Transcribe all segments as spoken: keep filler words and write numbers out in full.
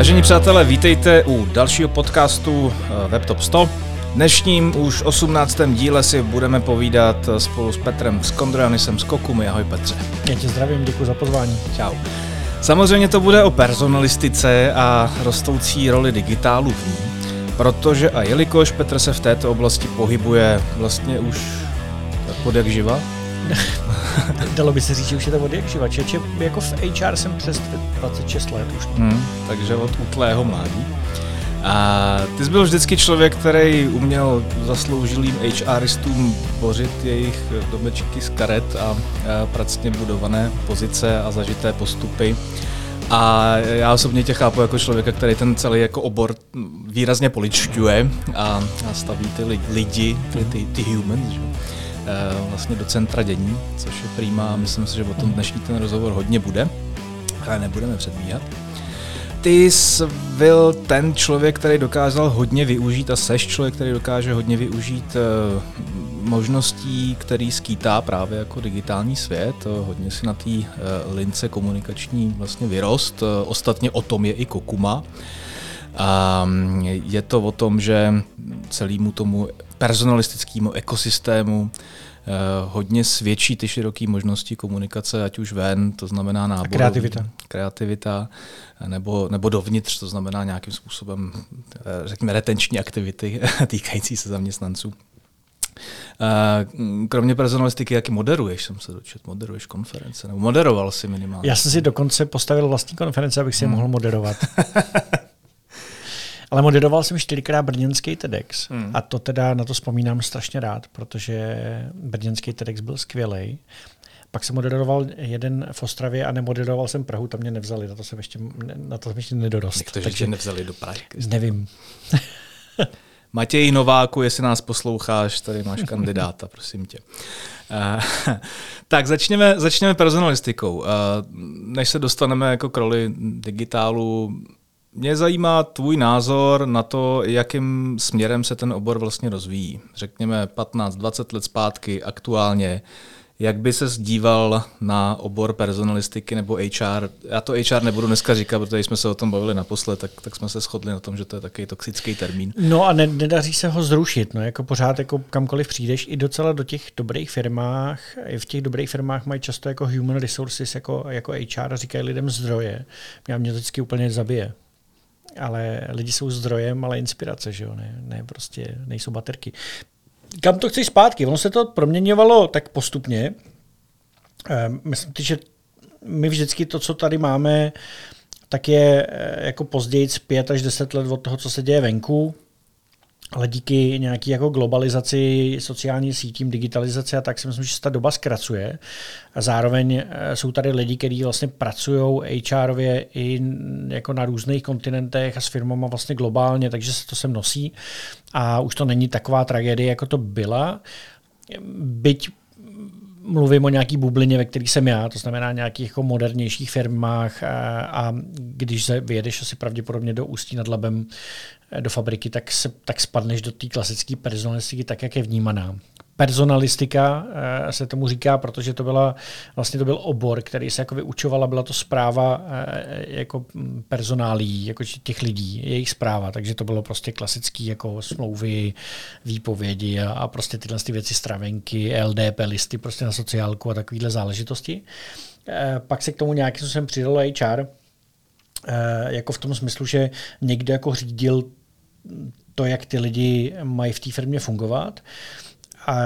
Vážení přátelé, vítejte u dalšího podcastu WebTop sto. Dnešním už osmnáctém díle si budeme povídat spolu s Petrem Skondrojanisem z Kokumy. Ahoj Petře. Já tě zdravím, děkuji za pozvání. Čau. Samozřejmě to bude o personalistice a rostoucí roli digitálu v ní, protože a jelikož Petr se v této oblasti pohybuje vlastně už od jak živa. Dalo by se říct, že už je to od jak živa. Čeče, jako v H R jsem přes dvacet šest let už. Hmm, takže od útlého mládí. A ty jsi byl vždycky člověk, který uměl zasloužilým HRistům bořit jejich domečky z karet a pracně budované pozice a zažité postupy. A já osobně tě chápu jako člověka, který ten celý jako obor výrazně poličťuje a, a staví ty lidi, ty, ty, ty humans, že? Vlastně do centra dění, což je prima. Myslím si, že o tom dnešní ten rozhovor hodně bude, ale nebudeme předbíhat. Ty jsi byl ten člověk, který dokázal hodně využít a seš člověk, který dokáže hodně využít uh, možností, který skýtá právě jako digitální svět. Hodně si na té uh, lince komunikační vlastně vyrost. Uh, ostatně o tom je i Kokuma. A je to o tom, že celému tomu personalistickému ekosystému uh, hodně svědčí ty široké možnosti komunikace, ať už ven, to znamená nábor, kreativita. kreativita nebo, nebo dovnitř, to znamená nějakým způsobem, řekněme, retenční aktivity týkající se zaměstnanců. Uh, kromě personalistiky, jaký moderuješ, jsem se dočet, moderuješ konference, nebo moderoval si minimálně. Já jsem si dokonce postavil vlastní konference, abych si je hmm. mohl moderovat. Ale moderoval jsem čtyřikrát brněnský TEDx hmm. a to teda na to vzpomínám strašně rád, protože brněnský TEDx byl skvělej. Pak jsem moderoval jeden v Ostravě a nemoderoval jsem Prahu, tam mě nevzali, na to jsem ještě, na to jsem ještě nedorost. Jak to, že tě nevzali do Prahy? Nevím. Matěj Nováku, jestli nás posloucháš, tady máš kandidáta, prosím tě. Uh, tak začněme, začněme personalistikou. Uh, než se dostaneme jako k roli digitálu, mě zajímá tvůj názor na to, jakým směrem se ten obor vlastně rozvíjí. Řekněme patnáct dvacet let zpátky, aktuálně. Jak by ses díval na obor personalistiky nebo H R? Já to H R nebudu dneska říkat, protože jsme se o tom bavili naposled, tak, tak jsme se shodli na tom, že to je takový toxický termín. No a ne, nedaří se ho zrušit. No, jako pořád jako kamkoliv přijdeš, i docela do těch dobrých firmách, i v těch dobrých firmách mají často jako human resources, jako, jako H R, říkají lidem zdroje. Mě, mě to vždycky úplně zabije. Ale lidi jsou zdrojem, ale inspirace, že jo, ne, ne prostě nejsou baterky. Kam to chceš zpátky? Ono se to proměňovalo tak postupně. Myslím si, že my vždycky to, co tady máme, tak je jako později pět až deset let od toho, co se děje venku. Ale díky nějaké jako globalizaci, sociální sítím, digitalizaci a tak si myslím, že se ta doba zkracuje. A zároveň jsou tady lidi, kteří vlastně pracují H Rově i jako na různých kontinentech a s firmama vlastně globálně, takže se to sem nosí. A už to není taková tragédie, jako to byla. Byť mluvím o nějaký bublině, ve které jsem já, to znamená nějakých jako modernějších firmách a, a když vyjedeš asi pravděpodobně do Ústí nad Labem do fabriky, tak, se, tak spadneš do té klasické personalistiky tak, jak je vnímaná. Personalistika se tomu říká, protože to byla vlastně to byl obor, který se jako vyučoval a byla to správa jako personálí, jako těch lidí, jejich správa, takže to bylo prostě klasický jako smlouvy, výpovědi a, a prostě tyhle ty věci, stravenky, L D P listy prostě na sociálku a takovéhle záležitosti. Pak se k tomu nějakým způsobem přidalo H R, jako v tom smyslu, že někdo jako řídil to, jak ty lidi mají v té firmě fungovat. A,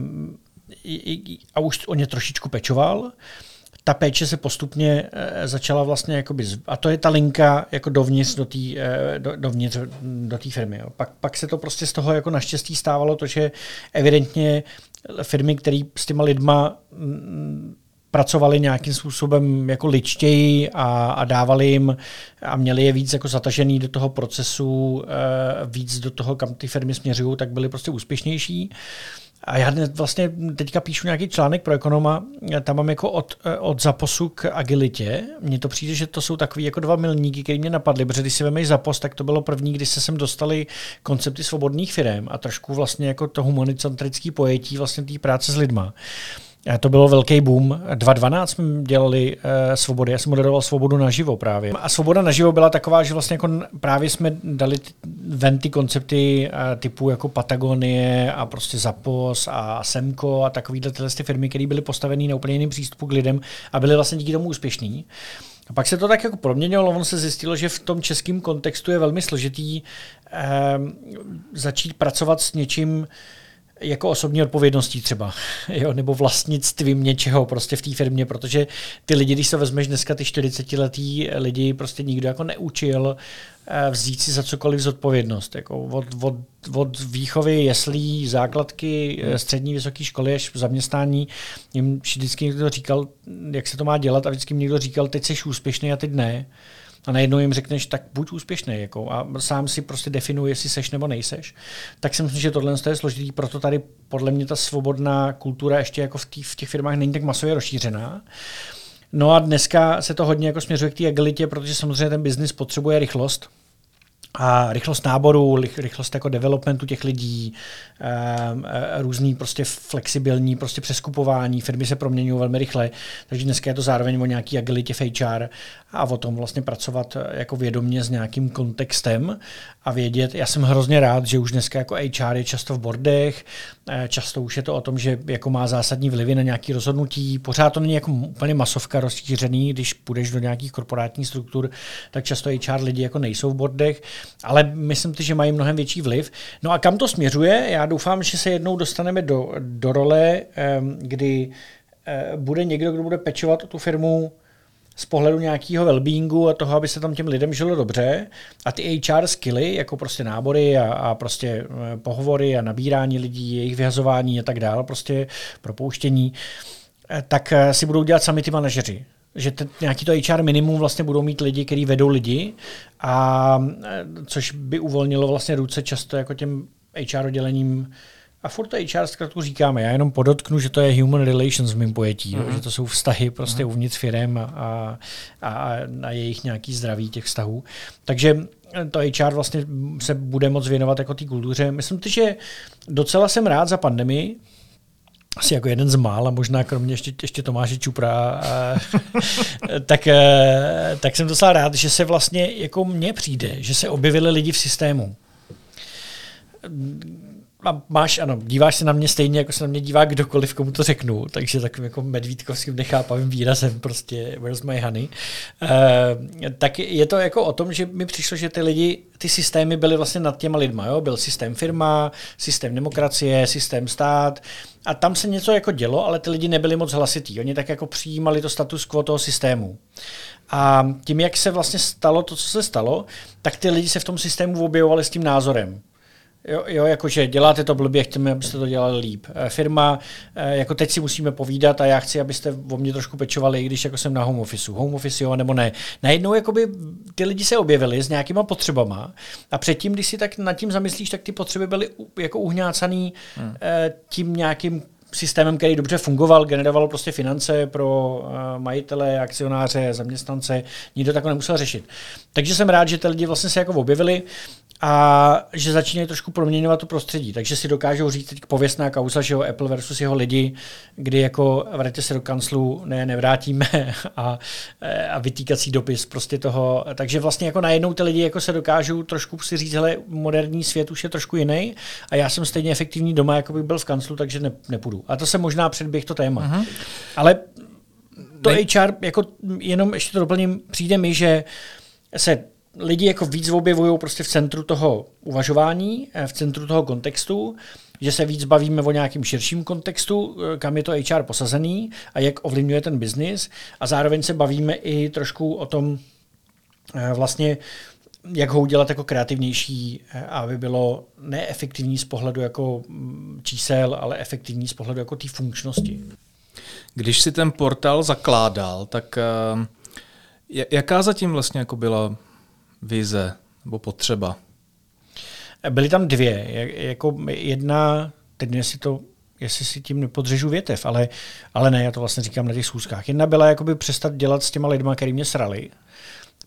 a už o ně trošičku pečoval. Ta péče se postupně začala vlastně jakoby, a to je ta linka jako dovnitř do té do, dovnitř do té firmy. Jo. Pak, pak se to prostě z toho jako naštěstí stávalo to, že evidentně firmy, které s těma lidma pracovali nějakým způsobem jako ličtěji a, a dávali jim a měli je víc jako zatažený do toho procesu, víc do toho, kam ty firmy směřují, tak byly prostě úspěšnější. A já vlastně teďka píšu nějaký článek pro Ekonoma, tam mám jako od, od Zaposu k agilitě. Mně to přijde, že to jsou takový jako dva milníky, které mě napadly, protože když si vemeš Zapos, tak to bylo první, kdy se sem dostali koncepty svobodných firem a trošku vlastně jako to humanicentrické pojetí vlastně té práce s lidma. To bylo velký boom. dva tisíce dvanáct jsme dělali uh, Svobody, já jsem moderoval Svobodu naživo právě. A Svoboda naživo byla taková, že vlastně jako právě jsme dali ven ty koncepty uh, typu jako Patagonie a prostě Zappos a Semco a takovýhle tyhle ty firmy, které byly postavené na úplně jiným přístupu k lidem a byly vlastně díky tomu úspěšný. A pak se to tak jako proměnilo, ono se zjistilo, že v tom českém kontextu je velmi složitý um, začít pracovat s něčím jako osobní odpovědností třeba, jo, nebo vlastnictvím něčeho prostě v té firmě, protože ty lidi, když se vezmeš dneska ty čtyřicetiletý lidi, prostě nikdo jako neučil vzít si za cokoliv zodpovědnost. Jako od, od, od výchovy, jeslí, základky, hmm. střední, vysoké školy až zaměstnání. Jim vždycky někdo říkal, jak se to má dělat a vždycky někdo říkal, teď jsi úspěšný a teď ne. A najednou jim řekneš, tak buď úspěšný, jako, a sám si prostě definuje, jestli seš nebo nejseš. Tak si myslím, že tohle je složitý, proto tady podle mě ta svobodná kultura ještě jako v, tý, v těch firmách není tak masově rozšířená. No a dneska se to hodně jako směřuje k té agilitě, protože samozřejmě ten biznis potřebuje rychlost. A rychlost náboru, rychlost jako developmentu těch lidí, různý prostě flexibilní prostě přeskupování, firmy se proměňují velmi rychle, takže dneska je to zároveň o nějaký agilitě v H R a o tom vlastně pracovat jako vědomě s nějakým kontextem a vědět. Já jsem hrozně rád, že už dneska jako H R je často v boardech, často už je to o tom, že jako má zásadní vlivy na nějaké rozhodnutí, pořád to není jako úplně masovka rozšířený, když půjdeš do nějakých korporátních struktur, tak často H R lidi jako nejsou v boardech, ale myslím si, že mají mnohem větší vliv. No a kam to směřuje? Já doufám, že se jednou dostaneme do, do role, kdy bude někdo, kdo bude pečovat o tu firmu z pohledu nějakého wellbeingu a toho, aby se tam těm lidem žilo dobře. A ty H R skilly, jako prostě nábory a, a prostě pohovory a nabírání lidí, jejich vyhazování a tak dále, prostě propouštění, tak si budou dělat sami ty manažeři. Že ten, nějaký to H R minimum vlastně budou mít lidi, kteří vedou lidi, a což by uvolnilo vlastně ruce často jako těm H R oddělením. A furt to H R zkrátku říkáme, já jenom podotknu, že to je human relations v mým pojetí, mm-hmm. že to jsou vztahy prostě mm-hmm. uvnitř firem a, a, a, a jejich nějaký zdraví těch vztahů. Takže to H R vlastně se bude moc věnovat jako té kultuře. Myslím si, že docela jsem rád za pandemii, asi jako jeden z mála, možná kromě ještě, ještě Tomáše Čupra, tak, tak jsem docela rád, že se vlastně jako mně přijde, že se objevili lidi v systému. A máš, ano, díváš se na mě stejně, jako se na mě dívá kdokoliv, komu to řeknu, takže takovým jako medvídkovským nechápavým výrazem prostě where's my honey. Uh, tak je to jako o tom, že mi přišlo, že ty lidi, ty systémy byly vlastně nad těma lidma, jo? Byl systém firma, systém demokracie, systém stát a tam se něco jako dělo, ale ty lidi nebyli moc hlasitý, oni tak jako přijímali to status quo toho systému. A tím, jak se vlastně stalo to, co se stalo, tak ty lidi se v tom systému objevovali s tím názorem. Jo, jo, jakože děláte to blbě, chceme, abyste to dělali líp. Firma, jako teď si musíme povídat a já chci, abyste o mě trošku pečovali, i když jako jsem na home officeu. Home office jo, nebo ne. Najednou jakoby ty lidi se objevili s nějakýma potřebama a předtím, když si tak nad tím zamyslíš, tak ty potřeby byly jako uhňácaný hmm. tím nějakým systémem, který dobře fungoval, generoval prostě finance pro uh, majitele, akcionáře, zaměstnance, nikdo takhle nemusel řešit. Takže jsem rád, že ty lidi vlastně se jako objevili a že začínají trošku proměňovat to prostředí. Takže si dokážou říct teď pověstná kauza, že jo, Apple versus jeho lidi, kdy jako vraťte se do kanclu, ne, nevrátíme a, a vytýkací dopis prostě toho. Takže vlastně jako najednou ty lidi jako se dokážou trošku si říct, hele, moderní svět už je trošku jiný a já jsem stejně efektivní doma, jako bych byl v kanclu, takže ne, nepůjdu. A to se možná předběh to téma. Uh-huh. Ale to ne. H R, jako jenom ještě to doplním, přijde mi, že se lidi jako víc objevují prostě v centru toho uvažování, v centru toho kontextu, že se víc bavíme o nějakým širším kontextu, kam je to H R posazený a jak ovlivňuje ten biznis a zároveň se bavíme i trošku o tom vlastně, jak ho udělat jako kreativnější, aby bylo neefektivní z pohledu jako čísel, ale efektivní z pohledu jako té funkčnosti. Když si ten portál zakládal, tak jaká zatím vlastně jako byla vize nebo potřeba? Byly tam dvě. Jako jedna, teď jestli, to, jestli si tím nepodřežu větev, ale, ale ne, já to vlastně říkám na těch schůzkách. Jedna byla jakoby přestat dělat s těma lidma, který mě srali.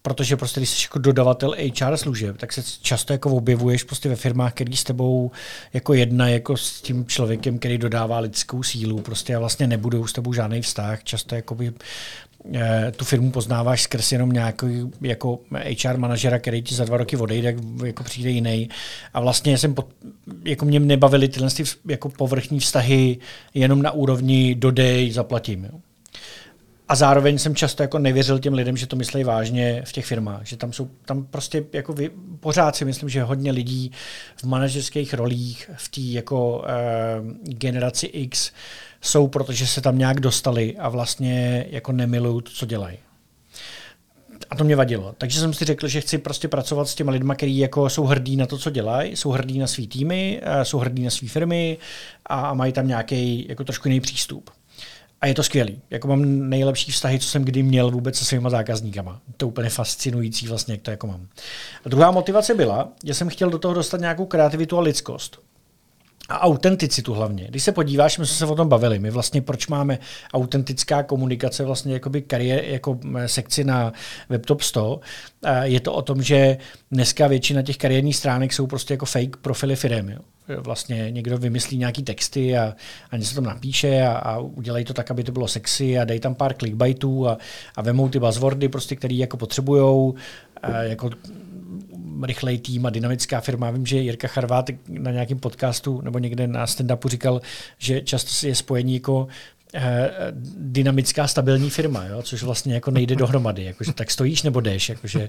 protože prostě když jsi jako dodavatel H R služeb, tak se často jako objevuješ prostě ve firmách, který s tebou jako jedna jako s tím člověkem, který dodává lidskou sílu, prostě a vlastně nebudou s tebou žádný vztah, často jakoby tu firmu poznáváš skrz jenom nějaký jako H R manažera, který ti za dva roky odejde, jako přijde jiný. A vlastně jsem pod, jako mě nebavily tyhle jako povrchní vztahy jenom na úrovni dodej, zaplatím. Jo. A zároveň jsem často jako nevěřil těm lidem, že to myslí vážně v těch firmách, že tam jsou tam prostě jako vy, pořád si myslím, že hodně lidí v manažerských rolích v té jako uh, generaci X jsou, protože se tam nějak dostali a vlastně jako nemilují to, co dělají. A to mě vadilo. Takže jsem si řekl, že chci prostě pracovat s těma lidma, kteří jako jsou hrdí na to, co dělají, jsou hrdí na svý týmy, jsou hrdí na svý firmy a mají tam nějaký jako trošku jiný přístup. A je to skvělý. Jako mám nejlepší vztahy, co jsem kdy měl vůbec se svýma zákazníkama. To je úplně fascinující vlastně, jak to jako mám. A druhá motivace byla, že jsem chtěl do toho dostat nějakou kreativitu a lidskost. A autenticitu hlavně. Když se podíváš, my jsme se o tom bavili, my vlastně proč máme autentická komunikace vlastně jakoby kariér, jako sekci na WebTop sto, je to o tom, že dneska většina těch kariérních stránek jsou prostě jako fake profily firem. Jo. Vlastně někdo vymyslí nějaký texty a, a něco tam napíše a, a udělají to tak, aby to bylo sexy a dají tam pár clickbaitů a, a vemou ty buzzwordy, prostě, který jako potřebujou, jako rychlej tým a dynamická firma. Vím, že Jirka Charvát na nějakém podcastu nebo někde na stand-upu říkal, že často je spojení jako eh, dynamická stabilní firma, jo? Což vlastně jako nejde dohromady. Jakože tak stojíš nebo jdeš. Jakože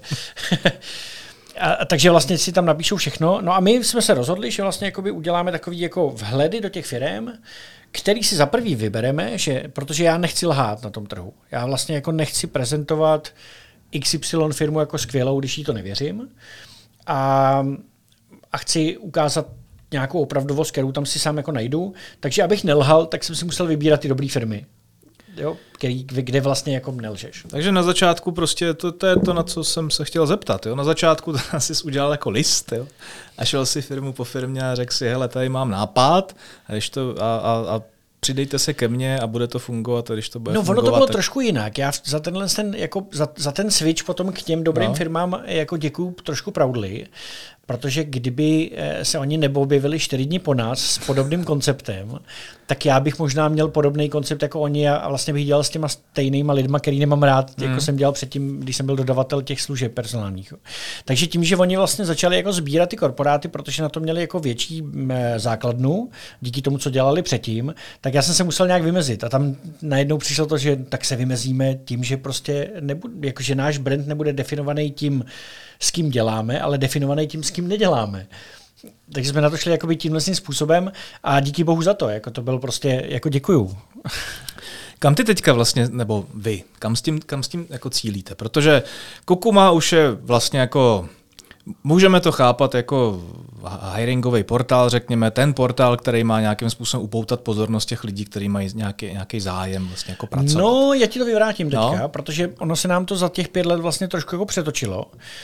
a, takže vlastně si tam napíšou všechno. No a my jsme se rozhodli, že vlastně uděláme takový jako vhledy do těch firem, který si za prvý vybereme, že, protože já nechci lhát na tom trhu. Já vlastně jako nechci prezentovat X Y firmu jako skvělou, když jí to nevěřím. A, a chci ukázat nějakou opravdovost, kterou tam si sám jako najdu. Takže abych nelhal, tak jsem si musel vybírat ty dobré firmy, jo, který, kde vlastně jako nelžeš. Takže na začátku prostě to, to je to, na co jsem se chtěl zeptat. Jo? Na začátku jsi udělal jako list, jo? A šel si firmu po firmě a řekl si, hele, tady mám nápad a, když to, a, a, a přidejte se ke mně a bude to fungovat, a když to bude no, fungovat. No ono to bylo tak... trošku jinak. Já za, tenhle, ten, jako, za, za ten switch potom k těm dobrým no. firmám jako děkuju trošku proudly, protože kdyby se oni neobjevili čtyři dny po nás s podobným konceptem, tak já bych možná měl podobný koncept jako oni a vlastně bych dělal s těma stejnýma lidma, který nemám rád, mm. jako jsem dělal předtím, když jsem byl dodavatel těch služeb personálních. Takže tím, že oni vlastně začali jako sbírat ty korporáty, protože na to měli jako větší základnu, díky tomu, co dělali předtím, tak já jsem se musel nějak vymezit. A tam najednou přišlo to, že tak se vymezíme tím, že prostě nebude, jakože náš brand nebude definovaný tím, s kým děláme, ale definovaný tím, s kým neděláme. Takže jsme na to šli jakoby tímhle způsobem a díky bohu za to. Jako to byl prostě, jako děkuju. Kam ty teďka vlastně, nebo vy, kam s tím, kam s tím jako cílíte? Protože Kokuma už je vlastně jako, můžeme to chápat jako hiringový portál, řekněme, ten portál, který má nějakým způsobem upoutat pozornost těch lidí, kteří mají nějaký, nějaký zájem vlastně jako pracovat. No, já ti to vyvrátím teďka, no. Protože ono se nám to za těch pět let vlastně trošku jako přetočilo.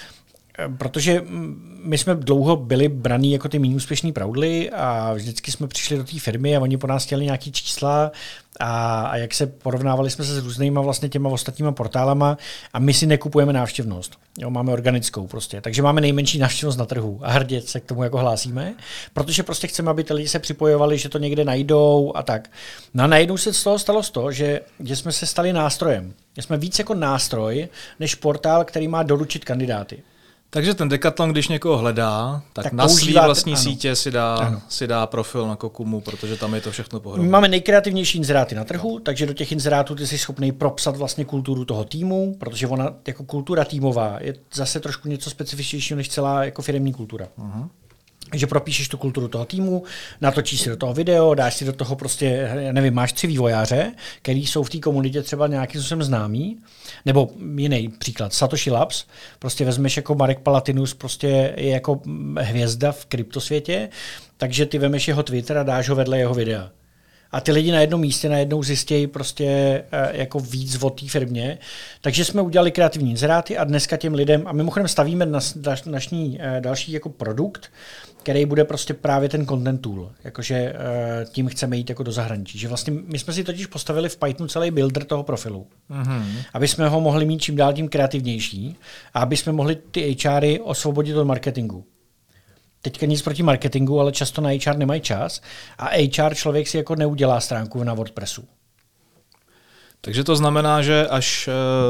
Protože my jsme dlouho byli braní jako ty méně úspěšný proudly a vždycky jsme přišli do té firmy a oni po nás chtěli nějaký čísla a, a jak se porovnávali jsme se s různýma vlastně těma ostatníma portálama a my si nekupujeme návštěvnost. Jo, máme organickou prostě. Takže máme nejmenší návštěvnost na trhu a hrdě se k tomu jako hlásíme, protože prostě chceme, aby ty lidi se připojovali, že to někde najdou a tak. No a najednou se z toho stalo z toho, že, že jsme se stali nástrojem. Že jsme víc jako nástroj, než portál, který má doručit kandidáty. Takže ten Decathlon, když někoho hledá, tak, tak na svý vlastní ano. sítě si dá, si dá profil na Kokumu, protože tam je to všechno pohromadě. Máme nejkreativnější inzeráty na trhu, takže do těch inzerátů ty jsi schopný propsat vlastně kulturu toho týmu, protože ona jako kultura týmová je zase trošku něco specifičnějšího než celá jako firemní kultura. Uh-huh. že propíšeš tu kulturu toho týmu, natočíš si do toho video, dáš si do toho prostě, nevím, máš tři vývojáře, který jsou v té komunitě třeba nějakým způsobem známí, nebo jiný příklad, Satoshi Labs, prostě vezmeš jako Marek Palatinus, prostě je jako hvězda v kryptosvětě, takže ty vemeš jeho Twitter a dáš ho vedle jeho videa. a ty lidi na jednom místě najednou zjistějí prostě jako víc o té firmě. Takže jsme udělali kreativní inzeráty a dneska těm lidem, a mimochodem stavíme na naší další jako produkt, který bude prostě právě ten content tool, jakože tím chceme jít jako do zahraničí. Že vlastně my jsme si totiž postavili v Pythonu celý builder toho profilu, mm-hmm. aby jsme ho mohli mít čím dál tím kreativnější a aby jsme mohli ty H R y osvobodit od marketingu. Teďka nic proti marketingu, ale často na H R nemají čas a H R člověk si jako neudělá stránku na WordPressu. Takže to znamená, že až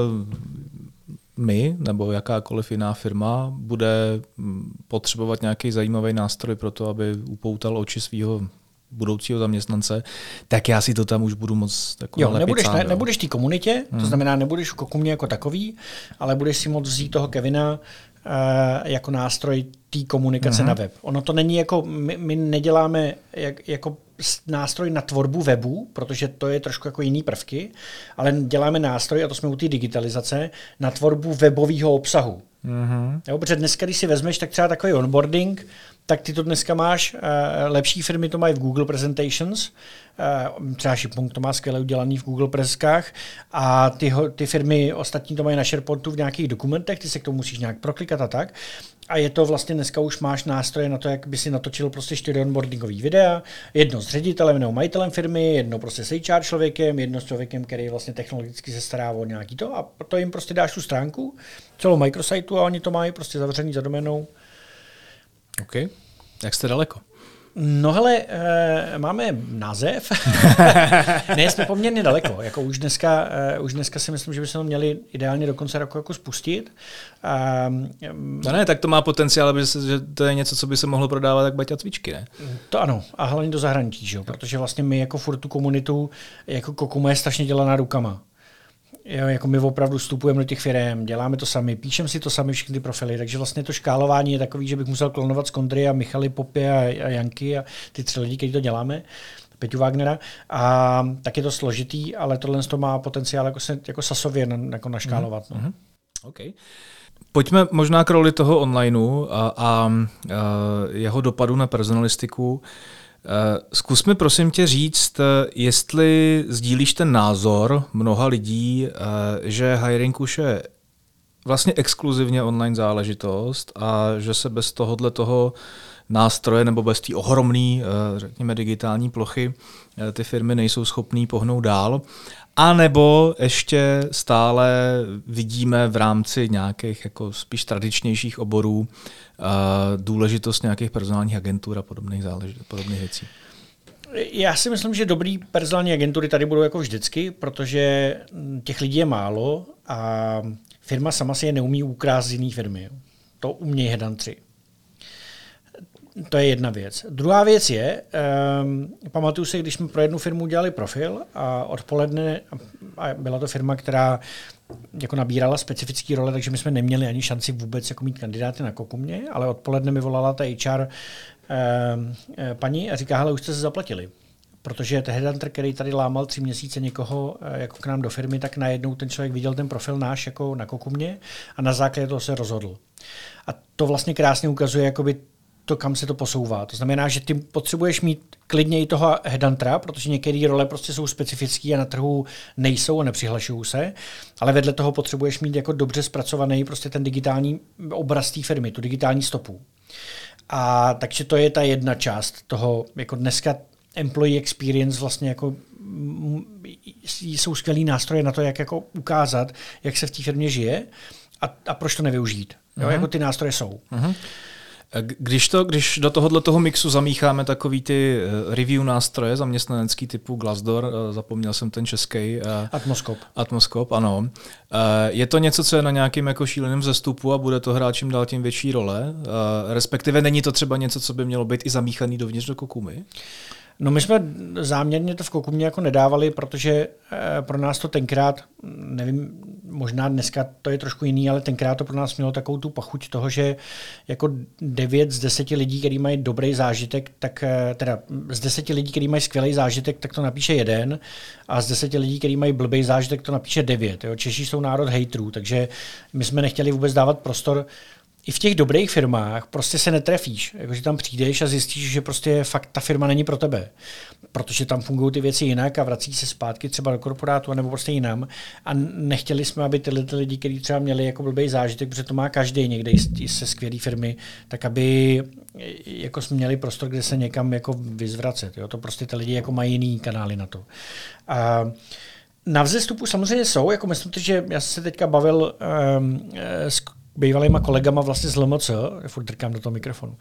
my nebo jakákoliv jiná firma bude potřebovat nějaký zajímavý nástroj pro to, aby upoutal oči svého budoucího zaměstnance, tak já si to tam už budu moc jako jo, nebudeš, sám, ne, jo. nebudeš v té komunitě, hmm. to znamená, nebudeš v Kokumě jako takový, ale budeš si moct vzít toho Kevina uh, jako nástroj té komunikace hmm. na web. Ono to není jako, my, my neděláme jak, jako nástroj na tvorbu webu, protože to je trošku jako jiný prvky, ale děláme nástroj, a to jsme u té digitalizace, na tvorbu webového obsahu. Mm-hmm. Jo, protože dneska, když si vezmeš, tak třeba takový onboarding, tak ty to dneska máš, uh, lepší firmy to mají v Google Presentations, uh, třeba Shipmunk to má skvěle udělaný v Google Preskách a ty, ho, ty firmy ostatní to mají na SharePointu v nějakých dokumentech, ty se k tomu musíš nějak proklikat a tak. A je to vlastně dneska už máš nástroje na to, jak by si natočil prostě čtyři onboardingový videa, jedno s ředitelem nebo majitelem firmy, jedno prostě s H R člověkem, jedno s člověkem, který vlastně technologicky se stará o nějaký to a to jim prostě dáš tu stránku, celou micrositeu a oni to mají prostě zavřený za doménou. OK. Jak jste daleko? No hele, e, máme název. Ne, jsme poměrně daleko. Jako už, dneska, e, už dneska si myslím, že bychom to měli ideálně do konce roku jako spustit. Um, no ne, tak to má potenciál, aby se, že to je něco, co by se mohlo prodávat jak baťa cvičky, ne? To ano, a hlavně do zahraničí, že jo? Protože vlastně my jako furt tu komunitu, jako Kokuma je strašně dělaná rukama. Jo, jako my opravdu vstupujeme do těch firem, děláme to sami, píšeme si to sami všechny ty profily, takže vlastně to škálování je takový, že bych musel klonovat z Kondry a Michaly Popě a, a Janky a ty tři lidi, kteří to děláme, Peťu Wagnera, a tak je to složitý, ale tohle to má potenciál jako, se, jako sasově na, jako naškálovat. Mm-hmm. No. Okay. Pojďme možná k roli toho onlineu a, a, a jeho dopadu na personalistiku. Zkus mi prosím tě říct, jestli sdílíš ten názor mnoha lidí, že hiring už je vlastně exkluzivně online záležitost a že se bez tohohle toho nástroje nebo bez té ohromné, řekněme, digitální plochy ty firmy nejsou schopný pohnout dál. A nebo ještě stále vidíme v rámci nějakých jako spíš tradičnějších oborů uh, důležitost nějakých personálních agentur a podobných záležitostí, podobných věcí. Já si myslím, že dobrý personální agentury tady budou jako vždycky, protože těch lidí je málo a firma sama si je neumí ukrást z jiné firmy. To umějí headhuntři. To je jedna věc. Druhá věc je, um, pamatuju si, když jsme pro jednu firmu udělali profil a odpoledne, a byla to firma, která jako nabírala specifické role, takže my jsme neměli ani šanci vůbec jako mít kandidáty na Kokumě, ale odpoledne mi volala ta H R um, paní a říká, hele, už jste se zaplatili. Protože ten headhunter, který tady lámal tři měsíce někoho jako k nám do firmy, tak najednou ten člověk viděl ten profil náš jako na Kokumě a na základě toho se rozhodl. A to vlastně krásně ukazuje, jakoby to, kam se to posouvá. To znamená, že ty potřebuješ mít klidně i toho headhuntera, protože některé role prostě jsou specifické a na trhu nejsou a nepřihlašují se, ale vedle toho potřebuješ mít jako dobře zpracovaný prostě ten digitální obraz té firmy, tu digitální stopu. A takže to je ta jedna část toho, jako dneska employee experience vlastně jako jsou skvělý nástroje na to, jak jako ukázat, jak se v té firmě žije a, a proč to nevyužít. Jo, uh-huh. Jako ty nástroje jsou. Uh-huh. Když, to, když do tohohle toho mixu zamícháme takový ty review nástroje zaměstnanecký typu Glassdoor, zapomněl jsem ten český. Atmoskop. Atmoskop, ano. Je to něco, co je na nějakým jako šíleném vzestupu a bude to hrát čím dál tím větší role? Respektive není to třeba něco, co by mělo být i zamíchaný dovnitř do Kokumy? No my jsme záměrně to v Kokumě jako nedávali, protože pro nás to tenkrát, nevím, možná dneska to je trošku jiný, ale tenkrát to pro nás mělo takovou tu pachuť toho, že jako devět z deseti lidí, kteří mají dobrý zážitek, tak teda z deseti lidí, kteří mají skvělý zážitek, tak to napíše jeden a z deseti lidí, kteří mají blbý zážitek, to napíše devět. Jo? Češi jsou národ hejtrů, takže my jsme nechtěli vůbec dávat prostor i v těch dobrých firmách prostě se netrefíš. Jakože tam přijdeš a zjistíš, že prostě fakt ta firma není pro tebe. Protože tam fungují ty věci jinak a vrací se zpátky třeba do korporátu nebo prostě jinam. A nechtěli jsme, aby tyhle ty lidi, kteří třeba měli jako blbý zážitek, protože to má každý někde i se skvělý firmy, tak aby jako jsme měli prostor, kde se někam jako vyzvracet. Jo? To prostě ty lidi jako mají jiný kanály na to. A na vzestupu samozřejmě jsou, jako myslím, že já jsem se teďka bavil um, s bývalýma kolegama vlastně z L M C, furt drkám do toho mikrofonu.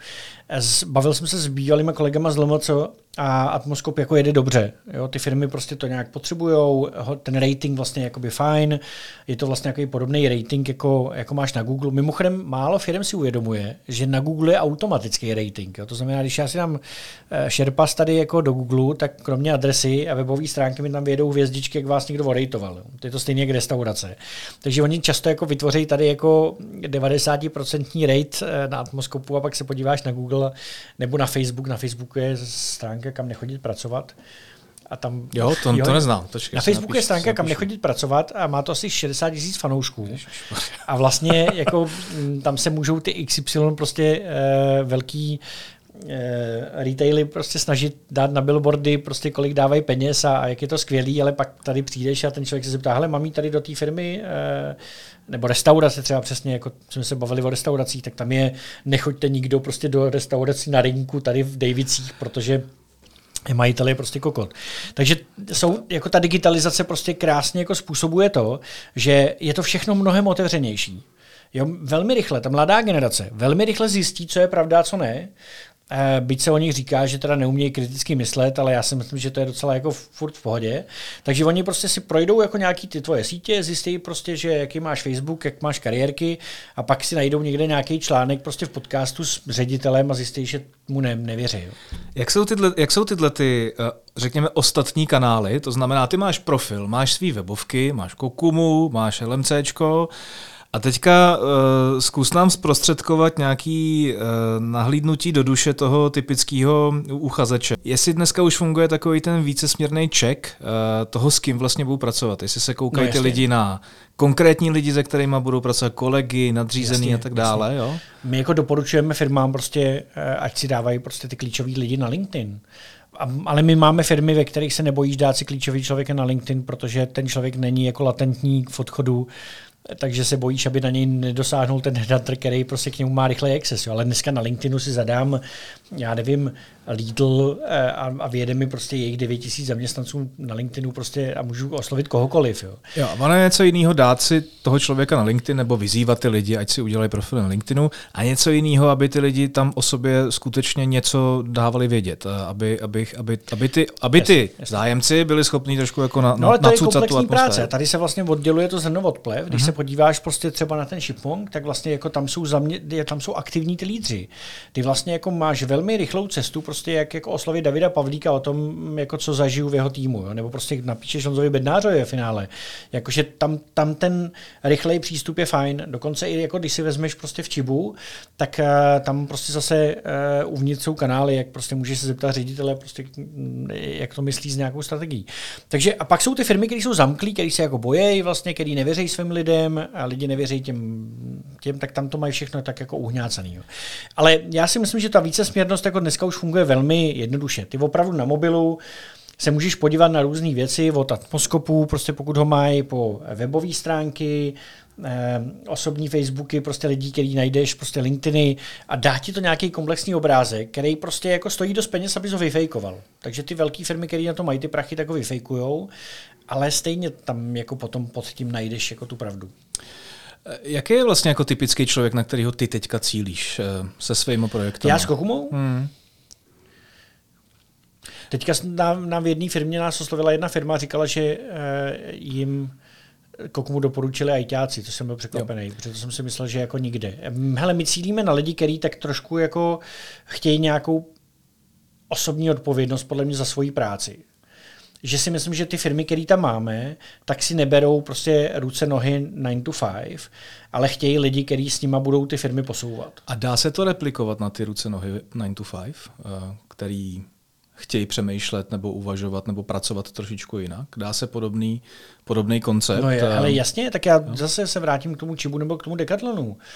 Bavil jsem se s bývalýma kolegama z L M C a Atmoskop jako jede dobře. Jo? Ty firmy prostě to nějak potřebujou, ten rating vlastně jakoby fajn, je to vlastně nějaký podobný rating, jako, jako máš na Google. Mimochodem málo firm si uvědomuje, že na Google je automatický rating. Jo? To znamená, když já si dám SharePass tady jako do Google, tak kromě adresy a webové stránky mi tam vyjedou hvězdičky, jak vás někdo orejtoval. To je to stejně jak restaurace. Takže oni často jako vytvoří tady jako devadesát procent rate na Atmoskopu a pak se podíváš na Google nebo na Facebook. Na Facebooku je stránka, kam nechodit pracovat. A tam, jo, to, jo, to neznám. Točkej, na Facebooku je stránka, kam nechodit pracovat a má to asi šedesát tisíc fanoušků. A vlastně jako tam se můžou ty X Y prostě uh, velký uh, retaily prostě snažit dát na billboardy, prostě kolik dávají peněz a, a jak je to skvělý, ale pak tady přijdeš a ten člověk se zeptá, hele, mám jít tady do té firmy, uh, nebo restaurace třeba přesně, jako jsme se bavili o restauracích, tak tam je, nechoďte nikdo prostě do restaurací na Rynku tady v Davicích, protože majitel je prostě kokot. Takže jsou, jako ta digitalizace prostě krásně jako způsobuje to, že je to všechno mnohem otevřenější. Jo, velmi rychle, ta mladá generace velmi rychle zjistí, co je pravda a co ne. Byť se o nich říká, že teda neumějí kriticky myslet, ale já si myslím, že to je docela jako furt v pohodě. Takže oni prostě si projdou jako nějaký ty tvoje sítě, zjistí prostě, že jaký máš Facebook, jak máš kariérky a pak si najdou někde nějaký článek prostě v podcastu s ředitelem a zjistí, že mu ne, nevěří. Jo. Jak jsou tyhle, jak jsou tyhle ty, řekněme, ostatní kanály? To znamená, ty máš profil, máš svý webovky, máš Kokumu, máš LMCčko, a teďka uh, zkus nám zprostředkovat nějaký uh, nahlídnutí do duše toho typického uchazeče. Jestli dneska už funguje takový ten vícesměrný check uh, toho, s kým vlastně budou pracovat. Jestli se koukají no, ty lidi na konkrétní lidi, se kterými budou pracovat, kolegy, nadřízený jasně, a tak dále. Jo? My jako doporučujeme firmám prostě, ať si dávají prostě ty klíčoví lidi na LinkedIn. Ale my máme firmy, ve kterých se nebojíš dát si klíčový člověka na LinkedIn, protože ten člověk není jako latentní v odchodu, takže se bojíš, aby na něj nedosáhnul ten headhunter, který prostě k němu má rychlej access. Jo. Ale dneska na LinkedInu si zadám, já nevím, Lidl a, a vyjede mi prostě jejich devět tisíc zaměstnanců na LinkedInu prostě a můžu oslovit kohokoliv. Jo. Jo, a ono je něco jiného dát si toho člověka na LinkedIn nebo vyzývat ty lidi, ať si udělají profil na LinkedInu, a něco jiného, aby ty lidi tam o sobě skutečně něco dávali vědět, aby, aby, aby, aby ty, aby ty jasně, jasně. zájemci byli schopní trošku jako na, no, ale to nacucat je komplexní tu atmosféru. Práce. Tady se vlastně odděluje to zrno od plev. Když uh-huh. se podíváš prostě třeba na ten Shipmonk, tak vlastně jako tam jsou zamě, tam jsou aktivní ty lídři. Ty vlastně jako máš velmi rychlou cestu, prostě jak jako oslovit Davida Pavlíka o tom, jako co zažiju v jeho týmu, jo? Nebo prostě napíšeš Honzovi Bednářovi ve finále. Jakože tam, tam ten rychlej přístup je fajn. Dokonce i jako když si vezmeš prostě v Čibu, tak uh, tam prostě zase uh, uvnitř jsou kanály, jak prostě můžeš se zeptat ředitele, prostě, jak to myslí s nějakou strategií. Takže a pak jsou ty firmy, které jsou zamklí, které se jako bojejí, vlastně, který nevěří svým lidem a lidi nevěří těm, těm, tak tam to mají všechno tak jako uhňácaný. Jo. Ale já si myslím, že ta vícesměrnost jako dneska už funguje velmi jednoduše. Ty opravdu na mobilu se můžeš podívat na různé věci od Atmoskopu, prostě pokud ho mají, po webové stránky, eh, osobní Facebooky, prostě lidí, který najdeš, prostě LinkedIny a dá ti to nějaký komplexní obrázek, který prostě jako stojí dost peněz, aby ho vyfejkoval. Takže ty velké firmy, které na to mají ty prachy, tak ho vyfejkujou, ale stejně tam jako potom pod tím najdeš jako tu pravdu. Jaký je vlastně jako typický člověk, na kterého ty teďka cílíš se svými projekty? Já s Kokumou? Hmm. Teďka na, na v jedné firmě nás oslovila jedna firma a říkala, že eh, jim Kokumu doporučili ajťáci, to jsem byl překvapený, jo. Protože jsem si myslel, že jako nikde. Hele, my cílíme na lidi, kteří tak trošku jako chtějí nějakou osobní odpovědnost podle mě za svoji práci. Že si myslím, že ty firmy, které tam máme, tak si neberou prostě ruce, nohy nine to five, ale chtějí lidi, kteří s nima budou ty firmy posouvat. A dá se to replikovat na ty ruce, nohy nine to five, který chtějí přemýšlet nebo uvažovat nebo pracovat trošičku jinak? Dá se podobný, podobný koncept? No je, ale jasně, tak já jo. zase se vrátím k tomu Čibu nebo k tomu Decathlonu.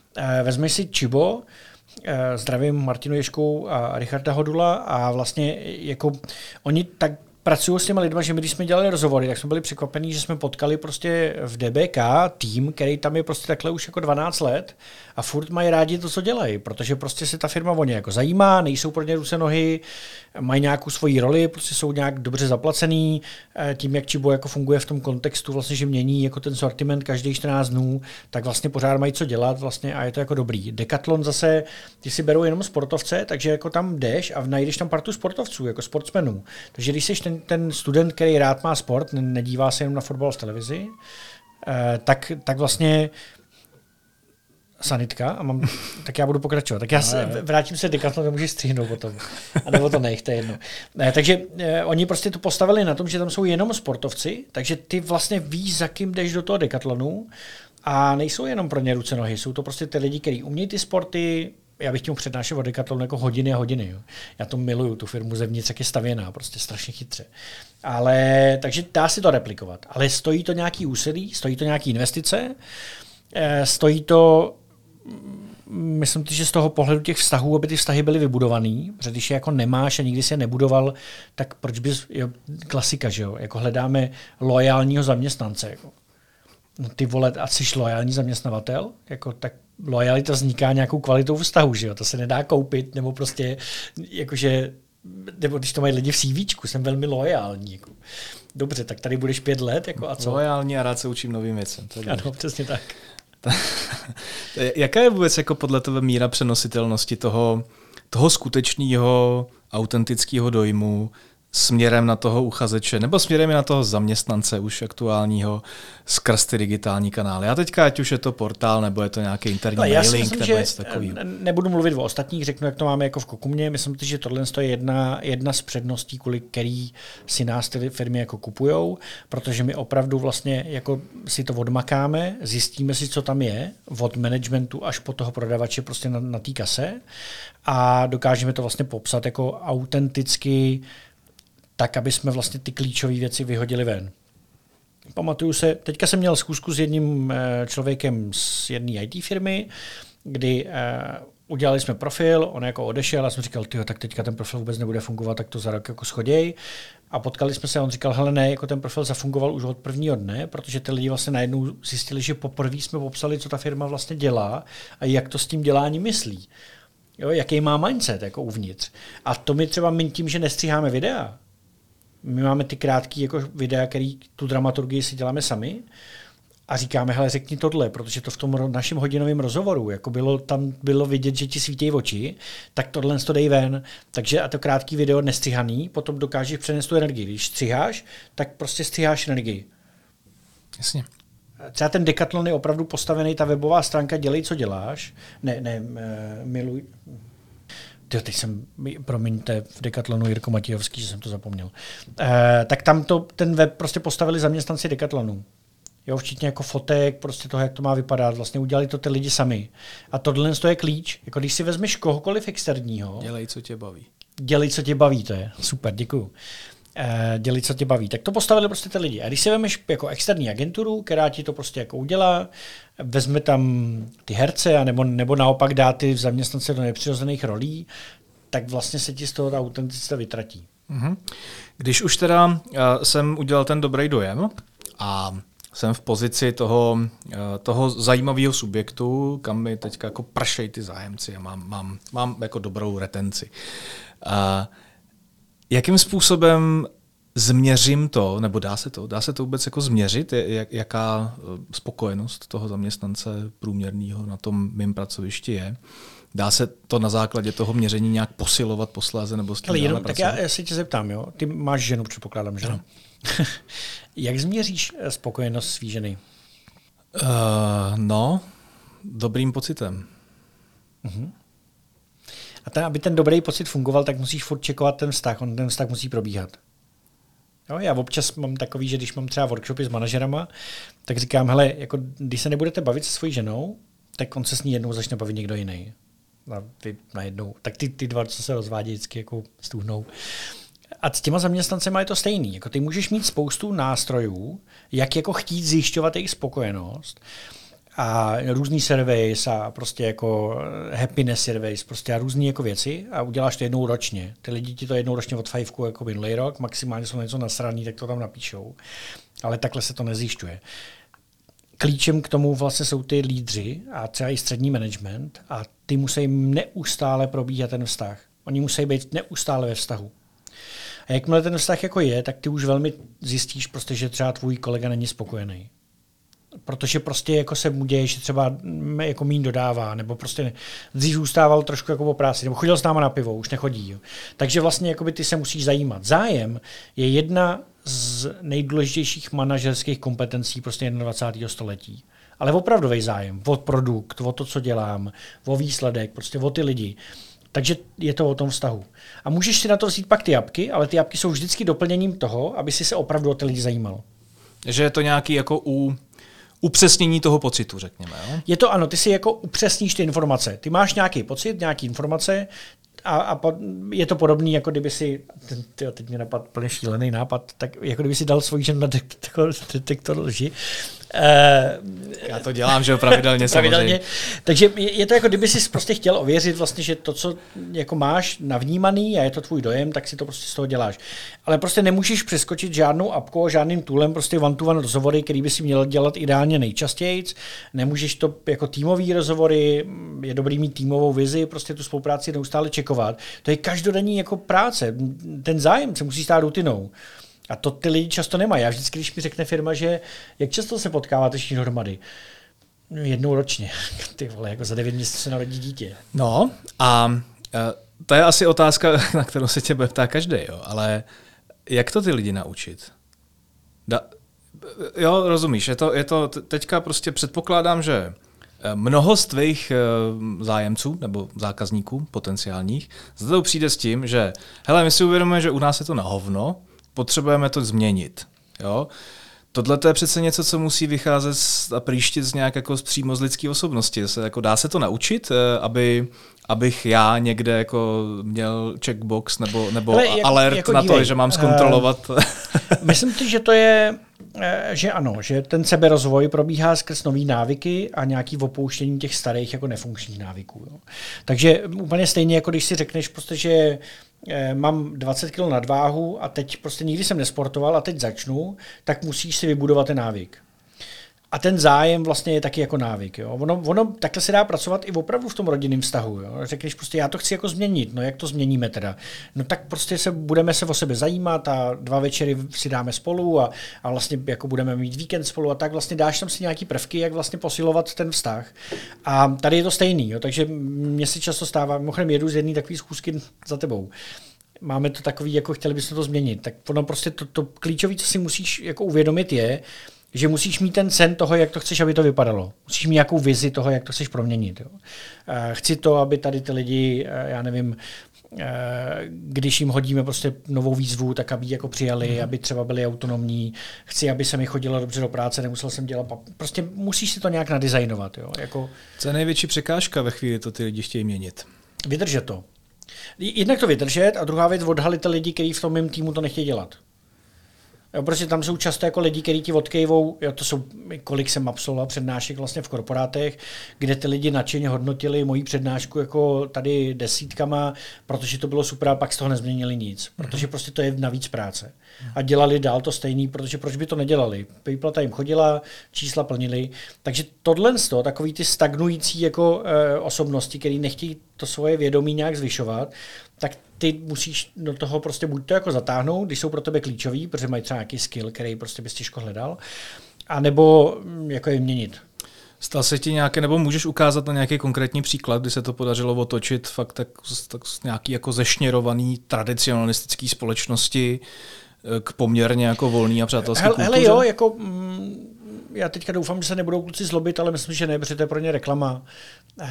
Vezmeš si Chibo, zdravím Martinu Ježku a Richarda Hodula a vlastně jako oni tak pracují s těma lidma, že my, když jsme dělali rozhovory, tak jsme byli překvapení, že jsme potkali prostě v D B K tým, který tam je prostě takhle už jako dvanáct let a furt mají rádi to, co dělají, protože prostě se ta firma o ně jako zajímá, nejsou pro ně ruce nohy, mají nějakou svoji roli, prostě jsou nějak dobře zaplacený, tím, jak Chibo jako funguje v tom kontextu, vlastně, že mění jako ten sortiment každých čtrnáct dnů, tak vlastně pořád mají co dělat vlastně a je to jako dobrý. Decathlon zase, ty si berou jenom sportovce, takže jako tam jdeš a najdeš tam partu sportovců, jako sportsmenů. Takže když jsi ten, ten student, který rád má sport, nedívá se jenom na fotbal v televizi, tak, tak vlastně sanitka a mám, tak já budu pokračovat. Tak já se, vrátím se Decathlon, to můžeš stříhnout potom. A nebo to nech, to je jedno. Ne, takže eh, oni prostě to postavili na tom, že tam jsou jenom sportovci, takže ty vlastně víš, za kým jdeš do toho Decathlonu a nejsou jenom pro ně ruce nohy, jsou to prostě ty lidi, kteří umějí ty sporty. Já bych tím přednášel o Decathlonu jako hodiny a hodiny. Jo. Já to miluju, tu firmu zevnitř, jak je stavěná, prostě strašně chytře. Ale, takže dá si to replikovat. Ale stojí to nějaký úsilí, stojí to nějaký investice, eh, stojí to. Myslím, že z toho pohledu těch vztahů, aby ty vztahy byly vybudovaný, protože když je jako nemáš a nikdy si je nebudoval, tak proč bys, jo, klasika, že jo, jako hledáme loajálního zaměstnance, jako. No ty vole, a jsi loajální zaměstnavatel, jako tak loajalita vzniká nějakou kvalitou vztahu, že jo, to se nedá koupit, nebo prostě, jakože, nebo když to mají lidi v CVčku, jsem velmi loajální, jako. Dobře, tak tady budeš pět let, jako a co? Loajální a rád se učím novým věcem. Ano, přesně tak. Jaká je vůbec jako podle tebe míra přenositelnosti toho, toho skutečného, autentického dojmu směrem na toho uchazeče nebo směrem na toho zaměstnance už aktuálního skrz ty digitální kanály? A teďka, ať už je to portál, nebo je to nějaký interní ale mailing, myslím, nebo něco takového. Nebudu mluvit o ostatních, řeknu, jak to máme jako v Kokumě. Myslím si, že tohle je jedna, jedna z předností, kvůli který si nás ty firmy jako kupujou, protože my opravdu vlastně jako si to odmakáme, zjistíme si, co tam je, od managementu až po toho prodavače prostě na, na té kase a dokážeme to vlastně popsat jako autenticky, tak, aby jsme vlastně ty klíčové věci vyhodili ven. Pamatuju se, teďka jsem měl zkusku s jedním člověkem z jedné í té firmy, kdy uh, udělali jsme profil, on jako odešel a jsem říkal, tyjo, tak teďka ten profil vůbec nebude fungovat, tak to za rok jako schoděj. A potkali jsme se a on říkal, hele ne, jako ten profil zafungoval už od prvního dne, protože ty lidi vlastně najednou zjistili, že poprvé jsme popsali, co ta firma vlastně dělá a jak to s tím děláním myslí. Jo, jaký má mindset jako uvnitř. A to my třeba my tím, že nestříháme videa, my máme ty krátké jako videa, který tu dramaturgii si děláme sami a říkáme, hele, řekni tohle, protože to v tom našem hodinovém rozhovoru, jako bylo, tam bylo vidět, že ti svítějí oči, tak tohle to dej ven. Takže a to krátký video nestřihaný, potom dokážeš přenést tu energii. Když střiháš, tak prostě střiháš energii. Jasně. Třeba ten Decathlon je opravdu postavený, ta webová stránka dělej, co děláš. Ne, ne, miluj. Tyjo, teď jsem, promiňte, v Decathlonu Jirko Matějovský, že jsem to zapomněl. E, tak tam to, ten web prostě postavili zaměstnanci Decathlonu. Jo, včetně jako fotek, prostě toho, jak to má vypadat. Vlastně udělali to ty lidi sami. A tohle je klíč. Jako když si vezmeš kohokoliv externího. Dělej, co tě baví. Dělej, co tě baví, to je super, děkuju. E, dělej, co tě baví. Tak to postavili prostě ty lidi. A když si vezmeš jako externí agenturu, která ti to prostě jako udělá, vezme tam ty herce, a nebo, nebo naopak dá ty zaměstnance do nepřirozených rolí, tak vlastně se ti z toho ta autenticita vytratí. Mm-hmm. Když už teda uh, jsem udělal ten dobrý dojem a jsem v pozici toho, uh, toho zajímavého subjektu, kam mi teďka jako pršej ty zájemci a mám, mám, mám jako dobrou retenci. Uh, jakým způsobem změřím to, nebo dá se to, dá se to vůbec jako změřit, jak, jaká spokojenost toho zaměstnance průměrného na tom mým pracovišti je? Dá se to na základě toho měření nějak posilovat posléze nebo s tím dále jenom, pracovat? Tak já, já si tě zeptám, jo? Ty máš ženu, předpokládám, že? No. Jak změříš spokojenost svý ženy? Uh, no, dobrým pocitem. Uh-huh. A ten, aby ten dobrý pocit fungoval, tak musíš furt čekovat ten vztah, on ten vztah musí probíhat. Jo, já občas mám takový, že když mám třeba workshopy s manažerama, tak říkám, hele, jako, když se nebudete bavit se svojí ženou, tak on se s ní jednou začne bavit někdo jiný. A vy najednou. Tak ty, ty dva, co se rozvádějí, vždycky jako stůhnou. A s těma zaměstnancema je to stejný. Jako ty můžeš mít spoustu nástrojů, jak jako chtít zjišťovat jejich spokojenost, a různý surveys a prostě jako happiness surveys, prostě a různý jako věci a uděláš to jednou ročně. Ty lidi ti to jednou ročně od Fivku jako minulý rok, maximálně jsou něco nasraný, tak to tam napíšou. Ale takhle se to nezjišťuje. Klíčem k tomu vlastně jsou ty lídři a třeba i střední management a ty musí neustále probíhat ten vztah. Oni musí být neustále ve vztahu. A jakmile ten vztah jako je, tak ty už velmi zjistíš prostě, že třeba tvůj kolega není spokojený. Protože prostě jako se mu děje, že třeba jako míň dodává, nebo prostě dřív zůstával trošku jako po práci, nebo chodil s náma na pivo, už nechodí. Jo. Takže vlastně jakoby ty se musíš zajímat. Zájem je jedna z nejdůležitějších manažerských kompetencí prostě dvacátého století. Ale opravdový zájem o produkt, o to, co dělám, o výsledek, prostě o ty lidi. Takže je to o tom vztahu. A můžeš si na to vzít pak ty apky, ale ty apky jsou vždycky doplněním toho, aby si se opravdu o ty lidi zajímal. Že je to nějaký jako u upřesnění toho pocitu, řekněme. Jo? Je to ano, ty si jako upřesníš ty informace. Ty máš nějaký pocit, nějaký informace a, a je to podobný, jako kdyby si, tyjo, teď mě napadl plně šílený nápad, tak jako kdyby si dal svoji ženu na detektor, detektor lži. Uh, Já to dělám, že pravidelně, pravidelně samozřejmě. Takže je, je to jako kdyby si prostě chtěl ověřit vlastně, že to, co jako máš navnímaný a je to tvůj dojem, tak si to prostě z toho děláš. Ale prostě nemůžeš přeskočit žádnou apkou, žádným toolem, prostě one-to-one rozhovory, který by si měl dělat ideálně nejčastěji. Nemůžeš to jako týmový rozhovory, je dobrý mít týmovou vizi, prostě tu spolupráci neustále čekovat. To je každodenní jako práce. Ten zájem se musí stát rutinou. A to ty lidi často nemají. Já vždycky, když mi řekne firma, že jak často se potkáváte všichni dohromady? Jednou ročně. Ty vole, jako za devět měsíců se narodí dítě. No a to je asi otázka, na kterou se tě bude ptát každý, jo. Ale jak to ty lidi naučit? Da, jo, rozumíš, je to, je to teďka prostě předpokládám, že mnoho z tvých zájemců nebo zákazníků potenciálních za to přijde s tím, že hele, my si uvědomujeme, že u nás je to na hovno, potřebujeme to změnit. Jo? Tohle to je přece něco, co musí vycházet a příštit z nějak jako přímo z lidské osobnosti. Se, jako dá se to naučit, aby, abych já někde jako měl checkbox nebo, nebo Ale jak, alert jako na dívej, to, že mám zkontrolovat. Uh, myslím si, že to je, že ano, že ten seberozvoj probíhá skrz nový návyky a nějaký opouštění těch starých jako nefunkčních návyků. Jo. Takže úplně stejně, jako když si řekneš prostě, že mám dvacet kilo nadváhu a teď prostě nikdy jsem nesportoval a teď začnu, tak musíš si vybudovat ten návyk. A ten zájem vlastně je taky jako návyk. Jo. Ono, ono takhle se dá pracovat i opravdu v tom rodinném vztahu. Jo. Řekneš prostě, já to chci jako změnit, no jak to změníme teda? No tak prostě se budeme se o sebe zajímat a dva večery si dáme spolu a, a vlastně jako budeme mít víkend spolu a tak vlastně dáš tam si nějaký prvky, jak vlastně posilovat ten vztah. A tady je to stejný, jo. Takže mně se často stává, mimochodem jedu z jedné takové schůzky za tebou. Máme to takový, jako chtěli bychom to změnit. Tak ono prostě to, to klíčové, co si musíš jako uvědomit je, že musíš mít ten sen toho, jak to chceš, aby to vypadalo. Musíš mít nějakou vizi toho, jak to chceš proměnit. Jo. Chci to, aby tady ty lidi, já nevím, když jim hodíme prostě novou výzvu, tak aby ji jako přijali, mm. aby třeba byli autonomní. Chci, aby se mi chodilo dobře do práce, nemusel jsem dělat. Prostě musíš si to nějak nadizajnovat. Jo. Jako... Co je největší překážka ve chvíli, to ty lidi chtějí měnit? Vydržet to. Jednak to vydržet a druhá věc odhalit lidi, kteří v tom mém týmu to nechtějí dělat. Jo, prostě tam jsou často jako lidi, kteří ti odkejvou, jo, to jsou, kolik jsem absolvoval přednášek vlastně v korporátech, kde ty lidi nadšeně hodnotili moji přednášku jako tady desítkama, protože to bylo super, a pak z toho nezměnili nic, protože prostě to je navíc práce. A dělali dál to stejný, protože proč by to nedělali? Výplata jim chodila, čísla plnili, takže tohle z toho, takový ty stagnující jako e, osobnosti, který nechtějí to svoje vědomí nějak zvyšovat, tak ty musíš do toho prostě buď to jako zatáhnout, když jsou pro tebe klíčový, protože mají třeba nějaký skill, který prostě bys těžko hledal, anebo jako je měnit. Stal se ti nějaké, nebo můžeš ukázat na nějaký konkrétní příklad, kdy se to podařilo otočit fakt tak, tak nějaký jako zešněrovaný tradicionalistický společnosti k poměrně jako volný a přátelský kultuře? Hele jo, jako mm, já teďka doufám, že se nebudou kluci zlobit, ale myslím, že ne, protože to je pro ně reklama. Uh,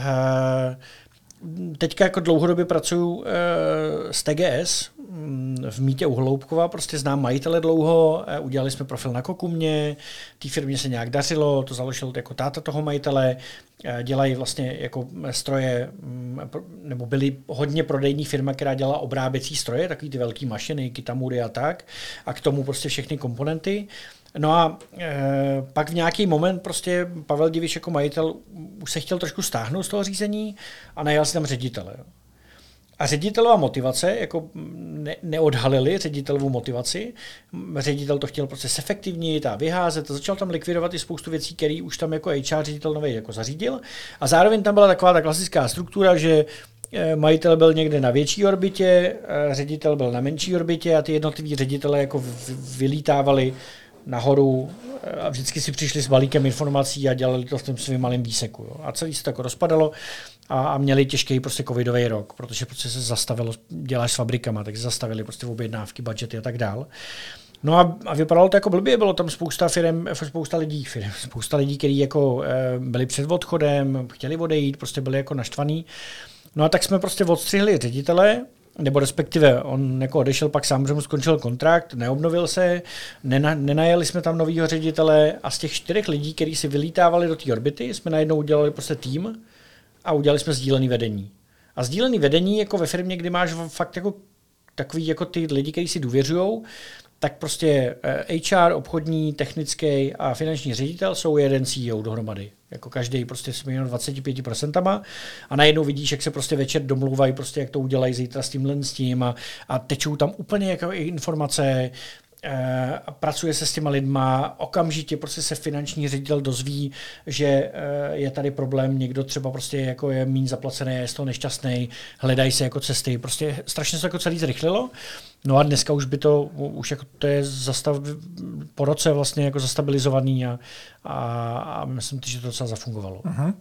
Teďka jako dlouhodobě pracuju e, s T G S v Mítě u Holoubkova, prostě znám majitele dlouho, e, udělali jsme profil na Kokumě, té firmě se nějak dařilo, to založil jako táta toho majitele, e, dělají vlastně jako stroje, m, nebo byly hodně prodejní firma, která dělala obráběcí stroje, takový ty velký mašiny, Kitamury a tak, a k tomu prostě všechny komponenty. No a e, pak v nějaký moment prostě Pavel Diviš jako majitel už se chtěl trošku stáhnout z toho řízení a najal si tam ředitele. Jo. A ředitelová motivace, jako ne, neodhalili ředitelovou motivaci, ředitel to chtěl prostě zefektivnit a vyházet a začal tam likvidovat i spoustu věcí, které už tam jako H R ředitel nový jako zařídil. A zároveň tam byla taková ta klasická struktura, že majitel byl někde na větší orbitě, ředitel byl na menší orbitě a ty jednotliví ředitele jako vylítávali nahoru a vždycky si přišli s balíkem informací a dělali to v tom svým malém výseku. Jo. A celý se to jako rozpadalo a, a měli těžký prostě covidový rok, protože prostě se zastavilo, děláš s fabrikama, tak se zastavili prostě objednávky, budžety a tak dál. No a, a vypadalo to jako blbě, bylo tam spousta firem, spousta lidí, firem, spousta lidí, kteří jako e, byli před odchodem, chtěli odejít, prostě byli jako naštvaní. No a tak jsme prostě odstřihli ředitele, nebo respektive on jako odešel, pak sám, že mu skončil kontrakt, neobnovil se, nena, nenajeli jsme tam novýho ředitele a z těch čtyřech lidí, kteří si vylítávali do té orbity, jsme najednou udělali prostě tým a udělali jsme sdílený vedení. A sdílený vedení jako ve firmě, kdy máš fakt jako takový jako ty lidi, kteří si důvěřujou, tak prostě H R, obchodní, technický a finanční ředitel jsou jeden C E O dohromady. Jako každý prostě s dvacet pět procent a najednou vidíš, jak se prostě večer domluvají, prostě jak to udělají zítra s tímhle s tím a, a tečou tam úplně jako informace, e, pracuje se s těma lidma, okamžitě prostě se finanční ředitel dozví, že e, je tady problém, někdo třeba prostě jako je míň zaplacený, je z toho nešťastný, hledají se jako cesty, prostě strašně se jako celý zrychlilo. No a dneska už by to, už jako to je zastav, po roce vlastně jako zastabilizovaný a, a, a myslím, že to docela zafungovalo. Uh-huh.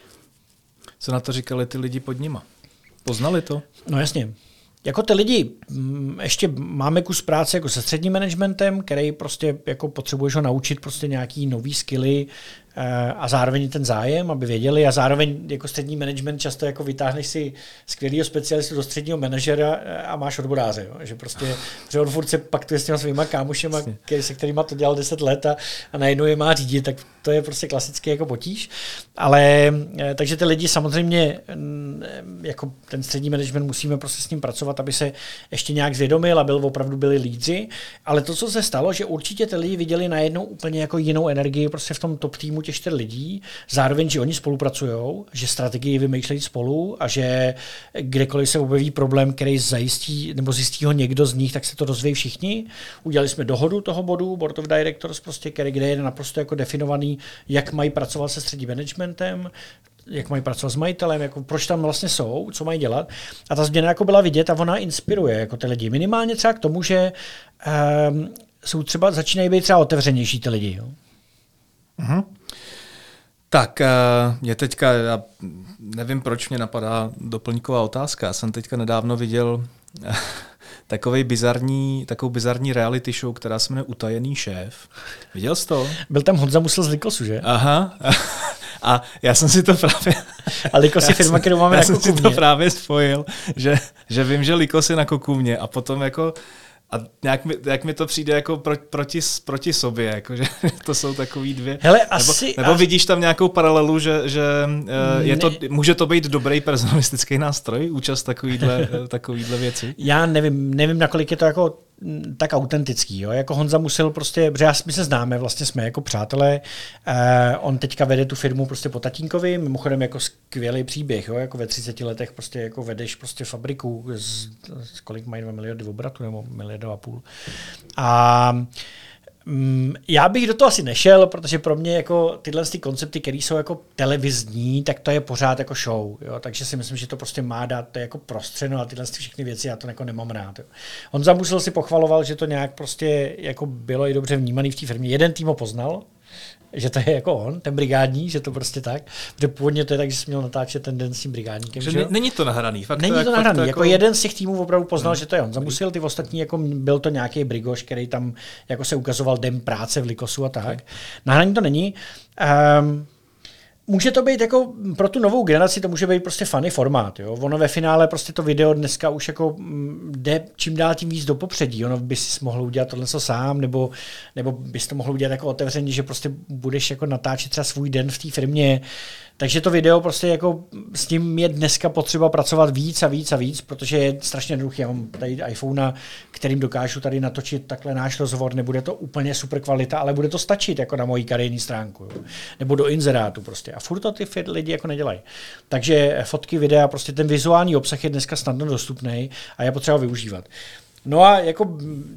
Co na to říkali ty lidi pod nima? Poznali to? No jasně. Jako ty lidi, ještě máme kus práce jako se středním managementem, který prostě jako potřebuješ ho naučit prostě nějaký nový skilly a zároveň ten zájem, aby věděli a zároveň jako střední management často jako vytáhneš si skvělýho specialistu do středního manažera a máš odboráře, jo? Že prostě, že on furt se paktuje s těma svýma kámošema, se kterýma to dělal deset let a, a najednou je má řídit, tak to je prostě klasický jako potíž. Ale takže ty lidi samozřejmě jako ten střední management musíme prostě s ním pracovat, aby se ještě nějak zvědomil a byl opravdu byli lídři, ale to, co se stalo, že určitě ty lidi viděli najednou úplně jako jinou energii prostě v tom top týmu těch čtyř lidí, zároveň, že oni spolupracujou, že strategii vymýšlejí spolu a že kdekoliv se objeví problém, který zajistí nebo zjistí ho někdo z nich, tak se to dozvějí všichni. Udělali jsme dohodu toho bodu, Board of Directors, prostě, který, kde je naprosto jako definovaný, jak mají pracovat se středním managementem, jak mají pracovat s majitelem, jako proč tam vlastně jsou, co mají dělat. A ta změna jako byla vidět a ona inspiruje jako ty lidi. Minimálně třeba k tomu, že um, jsou třeba, začínají být třeba otevřenější ty lidi. Jo. Uh-huh. Tak, mě teďka, já nevím, proč mě napadá doplňková otázka. Já jsem teďka nedávno viděl takovej bizarní, takovou bizarní reality show, která se jmenuje Utajený šéf. Viděl jsi to? Byl tam Honza Musil z Likosu, že? Aha. A já jsem si to právě... A Likos je firma, kterou máme já na Kokumě. Já jsem si to právě spojil, že, že vím, že Likos je na Kokumě a potom jako... A nějak mi, jak mi to přijde jako pro, proti, proti sobě, jako, že to jsou takový dvě. Hele, nebo asi, nebo asi... vidíš tam nějakou paralelu, že, že je to, může to být dobrý personalistický nástroj, účast takovýhle, takovýhle věci? Já nevím, nevím, nakolik je to jako tak autentický. Jo? Jako Honza Musil prostě, protože my se známe, vlastně jsme jako přátelé, eh, on teďka vede tu firmu prostě po tatínkovi, mimochodem jako skvělý příběh, jo? Jako ve třiceti letech prostě jako vedeš prostě fabriku, z, z kolik mají dva miliardy v obratu, nebo miliardu a půl. A já bych do toho asi nešel, protože pro mě jako tyhle ty koncepty, které jsou jako televizní, tak to je pořád jako show. Jo? Takže si myslím, že to prostě má dát to je jako prostřeno a tyhle ty všechny věci já to jako nemám rád. Jo? On Zamusel si pochvaloval, že to nějak prostě jako bylo i dobře vnímaný v té firmě. Jeden tým ho poznal, že to je jako on, ten brigádní, že to prostě tak. Protože původně to je tak, že jsi měl natáčet ten den s tím brigádníkem. Že, že? Není to nahraný. Fakt není to, to nahraný. To jako... jako jeden z těch týmů opravdu poznal, hmm. že to je on. Zamusil ty ostatní, jako byl to nějaký brigoš, který tam jako se ukazoval den práce v Likosu a tak. Okay. Nahraný to není. Um, Může to být jako, pro tu novou generaci to může být prostě funny formát, jo. Ono ve finále prostě to video dneska už jako jde čím dál tím víc do popředí. Ono by si mohl udělat tohle sám, nebo, nebo bys to mohl udělat jako otevřeně, že prostě budeš jako natáčet třeba svůj den v té firmě. Takže to video prostě jako s tím je dneska potřeba pracovat víc a víc a víc, protože je strašně jednoduchý. Já mám tady iPhone, kterým dokážu tady natočit takhle náš rozhovor, nebude to úplně super kvalita, ale bude to stačit jako na mojí kariérní stránku, jo. Nebo do inzerátu prostě. A furt to ty lidi jako nedělají. Takže fotky, videa, prostě ten vizuální obsah je dneska snadno dostupný a je potřeba využívat. No a jako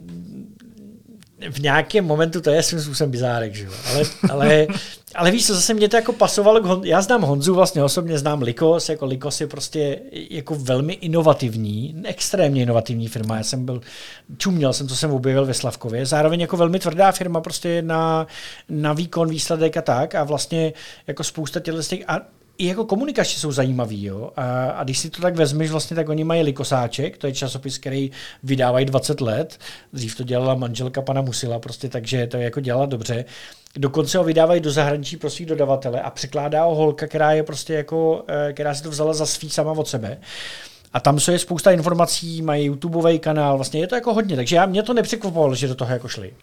v nějakém momentu to je svým způsobem bizárek, že jo. Ale, ale, ale víš co, zase mě to jako pasovalo k Hon- já znám Honzu vlastně osobně, znám Likos, jako Likos je prostě jako velmi inovativní, extrémně inovativní firma, já jsem byl, čuměl jsem, co jsem objevil ve Slavkově, zároveň jako velmi tvrdá firma prostě na, na výkon, výsledek a tak a vlastně jako spousta těchto těch, a i jako komunikačně jsou zajímavý, jo. A, a když si to tak vezmeš, vlastně, tak oni mají Likosáček, to je časopis, který vydávají dvacet let. Dřív to dělala manželka pana Musila, prostě, takže to je jako dělala dobře. Dokonce ho vydávají do zahraničí pro svých dodavatele a překládá ho holka, která je prostě jako, která si to vzala za svý sama od sebe. A tam je spousta informací, mají YouTubeový kanál, vlastně je to jako hodně, takže já, mě to nepřekvapovalo, že do toho jako šli.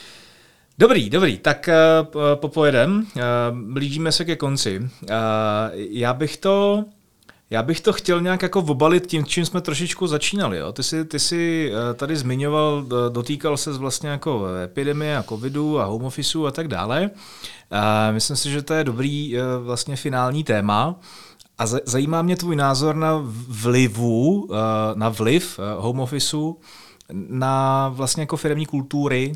Dobrý, dobrý, tak uh, popojedem, uh, blížíme se ke konci. Uh, já bych to, já bych to chtěl nějak jako obalit tím, čím jsme trošičku začínali. Jo? Ty jsi, ty jsi uh, tady zmiňoval, dotýkal se vlastně jako epidemie a covidu a home officeu a tak dále. Uh, myslím si, že to je dobrý uh, vlastně finální téma. A z- zajímá mě tvůj názor na vlivu, uh, na vliv uh, home officeu na vlastně jako firemní kultury.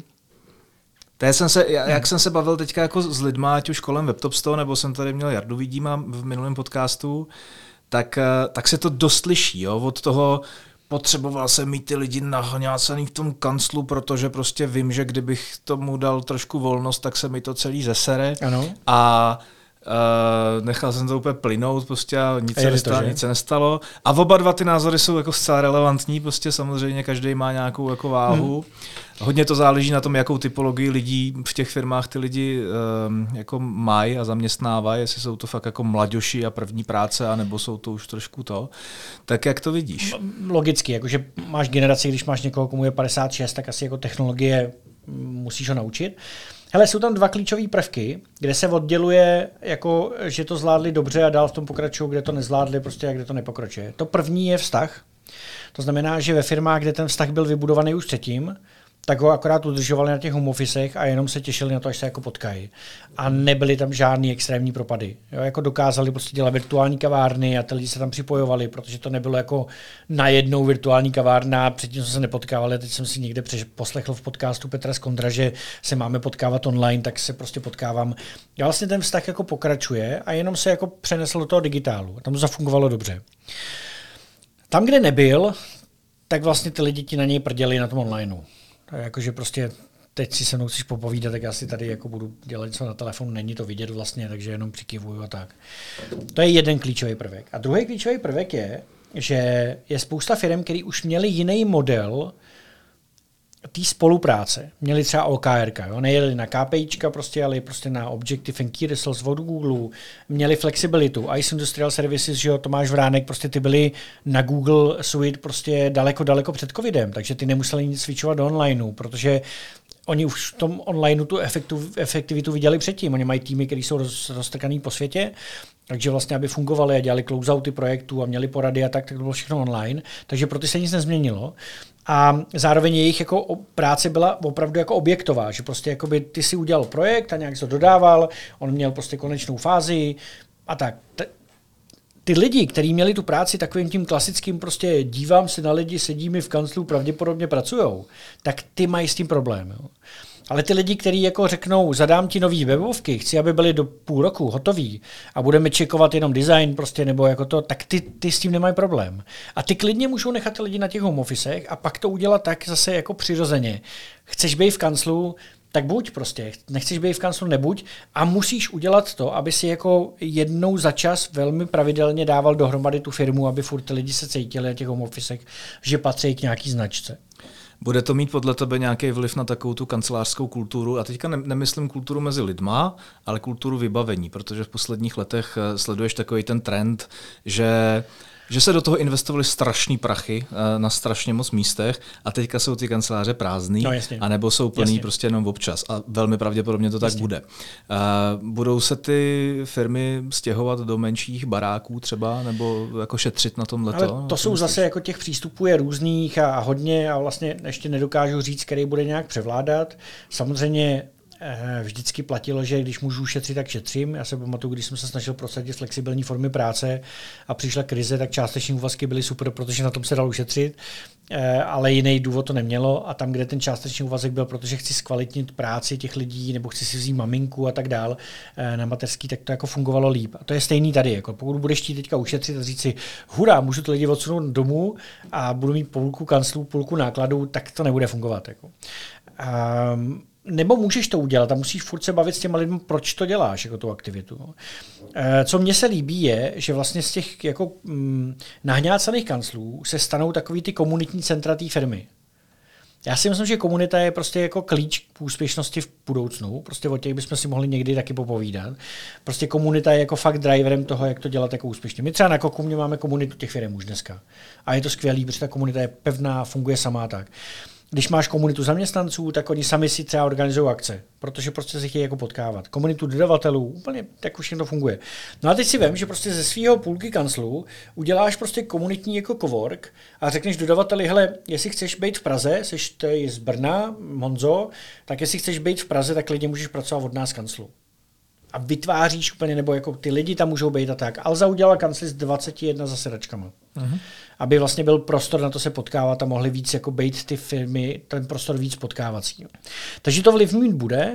To jsem se, jak jsem se bavil teďka jako s lidma, ať už kolem WebTopsto, nebo jsem tady měl Jardu Vidíma v minulém podcastu, tak, tak se to dost liší, jo, od toho potřeboval jsem mít ty lidi nahoňácený v tom kanclu, protože prostě vím, že kdybych tomu dal trošku volnost, tak se mi to celý zesere. Ano. A Uh, nechal jsem to úplně plynout, prostě a nic, a se nestalo, nic se nestalo. A oba dva ty názory jsou jako zcela relevantní, prostě samozřejmě každý má nějakou jako váhu. Hmm. Hodně to záleží na tom, jakou typologii lidí v těch firmách ty lidi um, jako mají a zaměstnávají, jestli jsou to fakt jako mladěši a první práce, anebo jsou to už trošku to. Tak jak to vidíš? Logicky, jakože máš generaci, když máš někoho, komu je padesát šest, tak asi jako technologie musíš ho naučit. Hele, jsou tam dva klíčové prvky, kde se odděluje, jako, že to zvládli dobře a dál v tom pokračují, kde to nezvládli prostě a kde to nepokračuje. To první je vztah. To znamená, že ve firmách, kde ten vztah byl vybudovaný už předtím, tak ho akorát udržovali na těch home officech a jenom se těšili na to, až se jako potkají. A nebyly tam žádný extrémní propady. Jo, jako dokázali prostě dělat virtuální kavárny a ty lidi se tam připojovali, protože to nebylo jako najednou virtuální kavárna, předtím jsme se nepotkávali, teď jsem si někde poslechl v podcastu Petra Skondra, že se máme potkávat online, tak se prostě potkávám. A vlastně ten vztah jako pokračuje a jenom se jako přenesl do toho digitálu. A tam to zafungovalo dobře. Tam, kde nebyl, tak vlastně ty lidi ti na něj prděli na tom onlineu. Jakože prostě teď si se mnou chceš popovídat, tak já si tady jako budu dělat něco na telefonu, není to vidět vlastně, takže jenom přikivuju a tak. To je jeden klíčový prvek. A druhý klíčový prvek je, že je spousta firm, který už měli jiný model té spolupráce. Měli třeba O K R, jo? Nejeli na KPIčka, prostě, ale prostě na Objective and Key Results od Google. Měli flexibilitu. I C E Industrial Services, že jo, Tomáš Vránek, prostě ty byli na Google Suite prostě daleko, daleko před covidem, takže ty nemuseli nic switchovat do onlineu, protože oni už v tom onlineu tu efektu, efektivitu viděli předtím. Oni mají týmy, které jsou roz, roztrkaný po světě, takže vlastně, aby fungovaly a dělali closeouty projektů a měli porady a tak, tak to bylo všechno online. Takže pro ty se nic nezměnilo. A zároveň jejich jako práce byla opravdu jako objektová, že prostě jakoby ty si udělal projekt a nějak se to dodával, on měl prostě konečnou fázi a tak. Ty lidi, kteří měli tu práci takovým tím klasickým prostě dívám se na lidi, sedí mi v kanclu, pravděpodobně pracujou, tak ty mají s tím problém. Jo. Ale ty lidi, kteří jako řeknou, zadám ti nový webovky, chci, aby byly do půl roku hotový a budeme čekovat jenom design prostě nebo jako to, tak ty, ty s tím nemají problém. A ty klidně můžou nechat ty lidi na těch home officech a pak to udělat tak zase jako přirozeně. Chceš být v kanclu, tak buď prostě, nechceš být v kanclu, nebuď a musíš udělat to, aby si jako jednou za čas velmi pravidelně dával dohromady tu firmu, aby furt ty lidi se cítili na těch home officech, že patří k nějaký značce. Bude to mít podle tebe nějaký vliv na takovou tu kancelářskou kulturu? A teďka nemyslím kulturu mezi lidma, ale kulturu vybavení, protože v posledních letech sleduješ takový ten trend, že Že se do toho investovali strašný prachy na strašně moc místech a teďka jsou ty kanceláře prázdný, no, anebo jsou plný jasně. prostě jenom občas. A velmi pravděpodobně to tak jasně. bude. Budou se ty firmy stěhovat do menších baráků třeba, nebo jako šetřit na tomhleto? Ale to jsou zase jako těch přístupů je různých a hodně a vlastně ještě nedokážu říct, který bude nějak převládat. Samozřejmě vždycky platilo, že když můžu šetřit, tak šetřím. Já se pamatuju, když jsem se snažil prosadit flexibilní formy práce a přišla krize, tak částeční úvazky byly super, protože na tom se dalo ušetřit, ale jiný důvod to nemělo a tam, kde ten částečný úvazek byl, protože chci zkvalitnit práci těch lidí nebo chci si vzít maminku a tak dál na mateřský, tak to jako fungovalo líp. A to je stejný tady. Jako pokud budeš chtít teďka ušetřit a říct si, hurá, můžu ty lidi odsunout domů a budu mít půlku kanclů, půlku nákladů, tak to nebude fungovat. Jako. Um, Nebo můžeš to udělat a musíš furt se bavit s těma lidmi, proč to děláš, jako tu aktivitu. Co mně se líbí je, že vlastně z těch jako mm, nahňácaných kanclů se stanou takový ty komunitní centra té firmy. Já si myslím, že komunita je prostě jako klíč k úspěšnosti v budoucnu. Prostě o těch bychom si mohli někdy taky popovídat. Prostě komunita je jako fakt driverem toho, jak to dělat jako úspěšně. My třeba na Kokumě máme komunitu těch firm už dneska. A je to skvělý, protože ta komunita je pevná, funguje sama tak. Když máš komunitu zaměstnanců, tak oni sami si třeba organizují akce, protože prostě se chtějí jako potkávat. Komunitu dodavatelů, úplně tak už to funguje. No a teď si vem, že prostě ze svého půlky kanclu uděláš prostě komunitní jako cowork a řekneš dodavateli, hele, jestli chceš být v Praze, seš tady z Brna, Monzo, tak jestli chceš být v Praze, tak lidi můžeš pracovat od nás kanclu. A vytváříš úplně, nebo jako ty lidi tam můžou být a tak. Alza udělala kancli s dvaceti jedna zasedačkama. Uh-huh. Aby vlastně byl prostor na to se potkávat a mohli víc jako být ty firmy, ten prostor víc potkávací. Takže to vliv mít bude.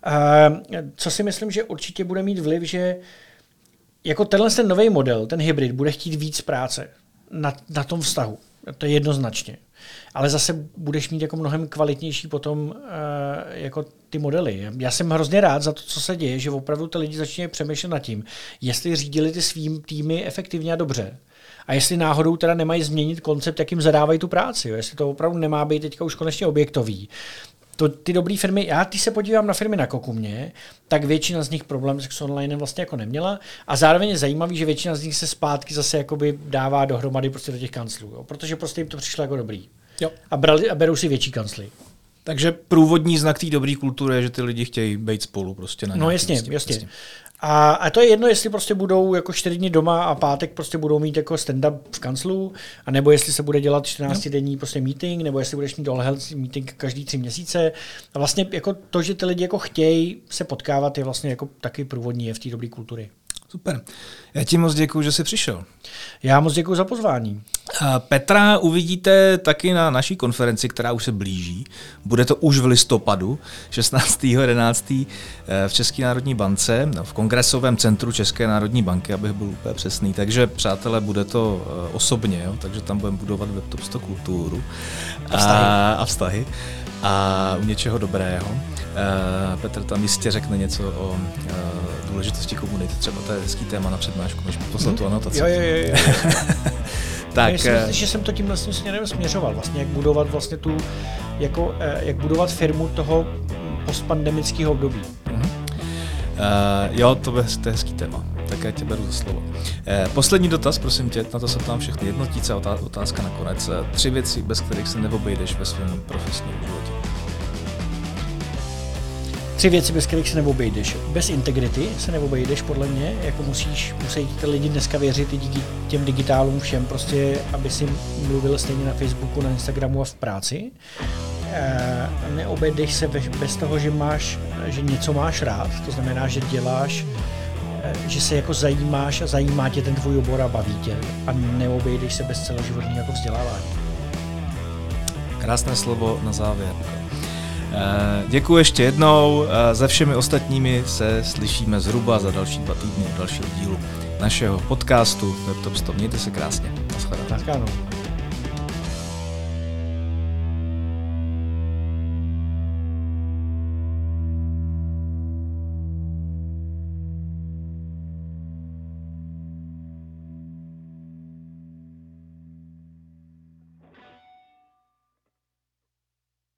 Co si myslím, že určitě bude mít vliv, že jako tenhle ten nový model, ten hybrid, bude chtít víc práce na, na tom vztahu. To je jednoznačně. Ale zase budeš mít jako mnohem kvalitnější potom uh, jako ty modely. Já jsem hrozně rád za to, co se děje, že opravdu ty lidi začínají přemýšlet nad tím, jestli řídili ty svým týmy efektivně a dobře. A jestli náhodou teda nemají změnit koncept, jak jim zadávají tu práci. Jo? Jestli to opravdu nemá být teďka už konečně objektový. To, ty dobré firmy, já když se podívám na firmy na Kokumě, tak většina z nich problém s online vlastně jako neměla a zároveň je zajímavý, že většina z nich se zpátky zase jakoby dává dohromady prostě do těch kanclů, jo? Protože prostě jim to přišlo jako dobrý. Jo. A, brali, a berou si větší kancly. Takže průvodní znak té dobré kultury je, že ty lidi chtějí být spolu prostě na No jasně, jasně. jasně. A, a to je jedno, jestli prostě budou jako čtyři dny doma a pátek prostě budou mít jako stand-up v kanclu, anebo jestli se bude dělat čtrnáctidenní prostě meeting, nebo jestli budeš mít all health meeting každý tři měsíce. A vlastně jako to, že ty lidi jako chtějí se potkávat, je vlastně jako taky průvodní je v té dobré kultury. Super. Já ti moc děkuju, že jsi přišel. Já moc děkuju za pozvání. Petra uvidíte taky na naší konferenci, která už se blíží. Bude to už v listopadu, šestnáctého jedenáctého v České národní bance, v Kongresovém centru České národní banky, abych byl úplně přesný. Takže, přátelé, bude to osobně, jo? Takže tam budeme budovat WebTop sto kulturu a vztahy. A, a vztahy. A u něčeho dobrého. Uh, Petr tam jistě řekne něco o uh, důležitosti komunity, třeba to je hezký téma na přednášku, než poslat tu anotaci. Jo, jo, jo. jo. Tak, myslím, že jsem to tím vlastně směrem směřoval, vlastně jak budovat vlastně tu, jako, jak budovat firmu toho postpandemického období. Uh-huh. Uh, jo, to je, to je hezký téma, tak já tě beru za slovo. Uh, poslední dotaz, prosím tě, na to se ptám všechny jednotíce, otázka nakonec. Tři věci, bez kterých se neobejdeš ve svém profesním životě. Tři věci, bez kterých se neobejdeš. Bez integrity se neobejdeš, podle mě, jako musíš, musí ty lidi dneska věřit i díky těm digitálům všem, prostě, aby si mluvil stejně na Facebooku, na Instagramu a v práci. E, neobejdeš se bez toho, že máš, že něco máš rád, to znamená, že děláš, že se jako zajímáš a zajímá tě ten tvůj obor a baví tě. A neobejdeš se bez celoživotního jako vzdělávání. Krásné slovo na závěr. Děkuji ještě jednou. Se všemi ostatními se slyšíme zhruba za další dva týdny u dalšího dílu našeho podcastu WebTop sto. Mějte se krásně. Naschledanou.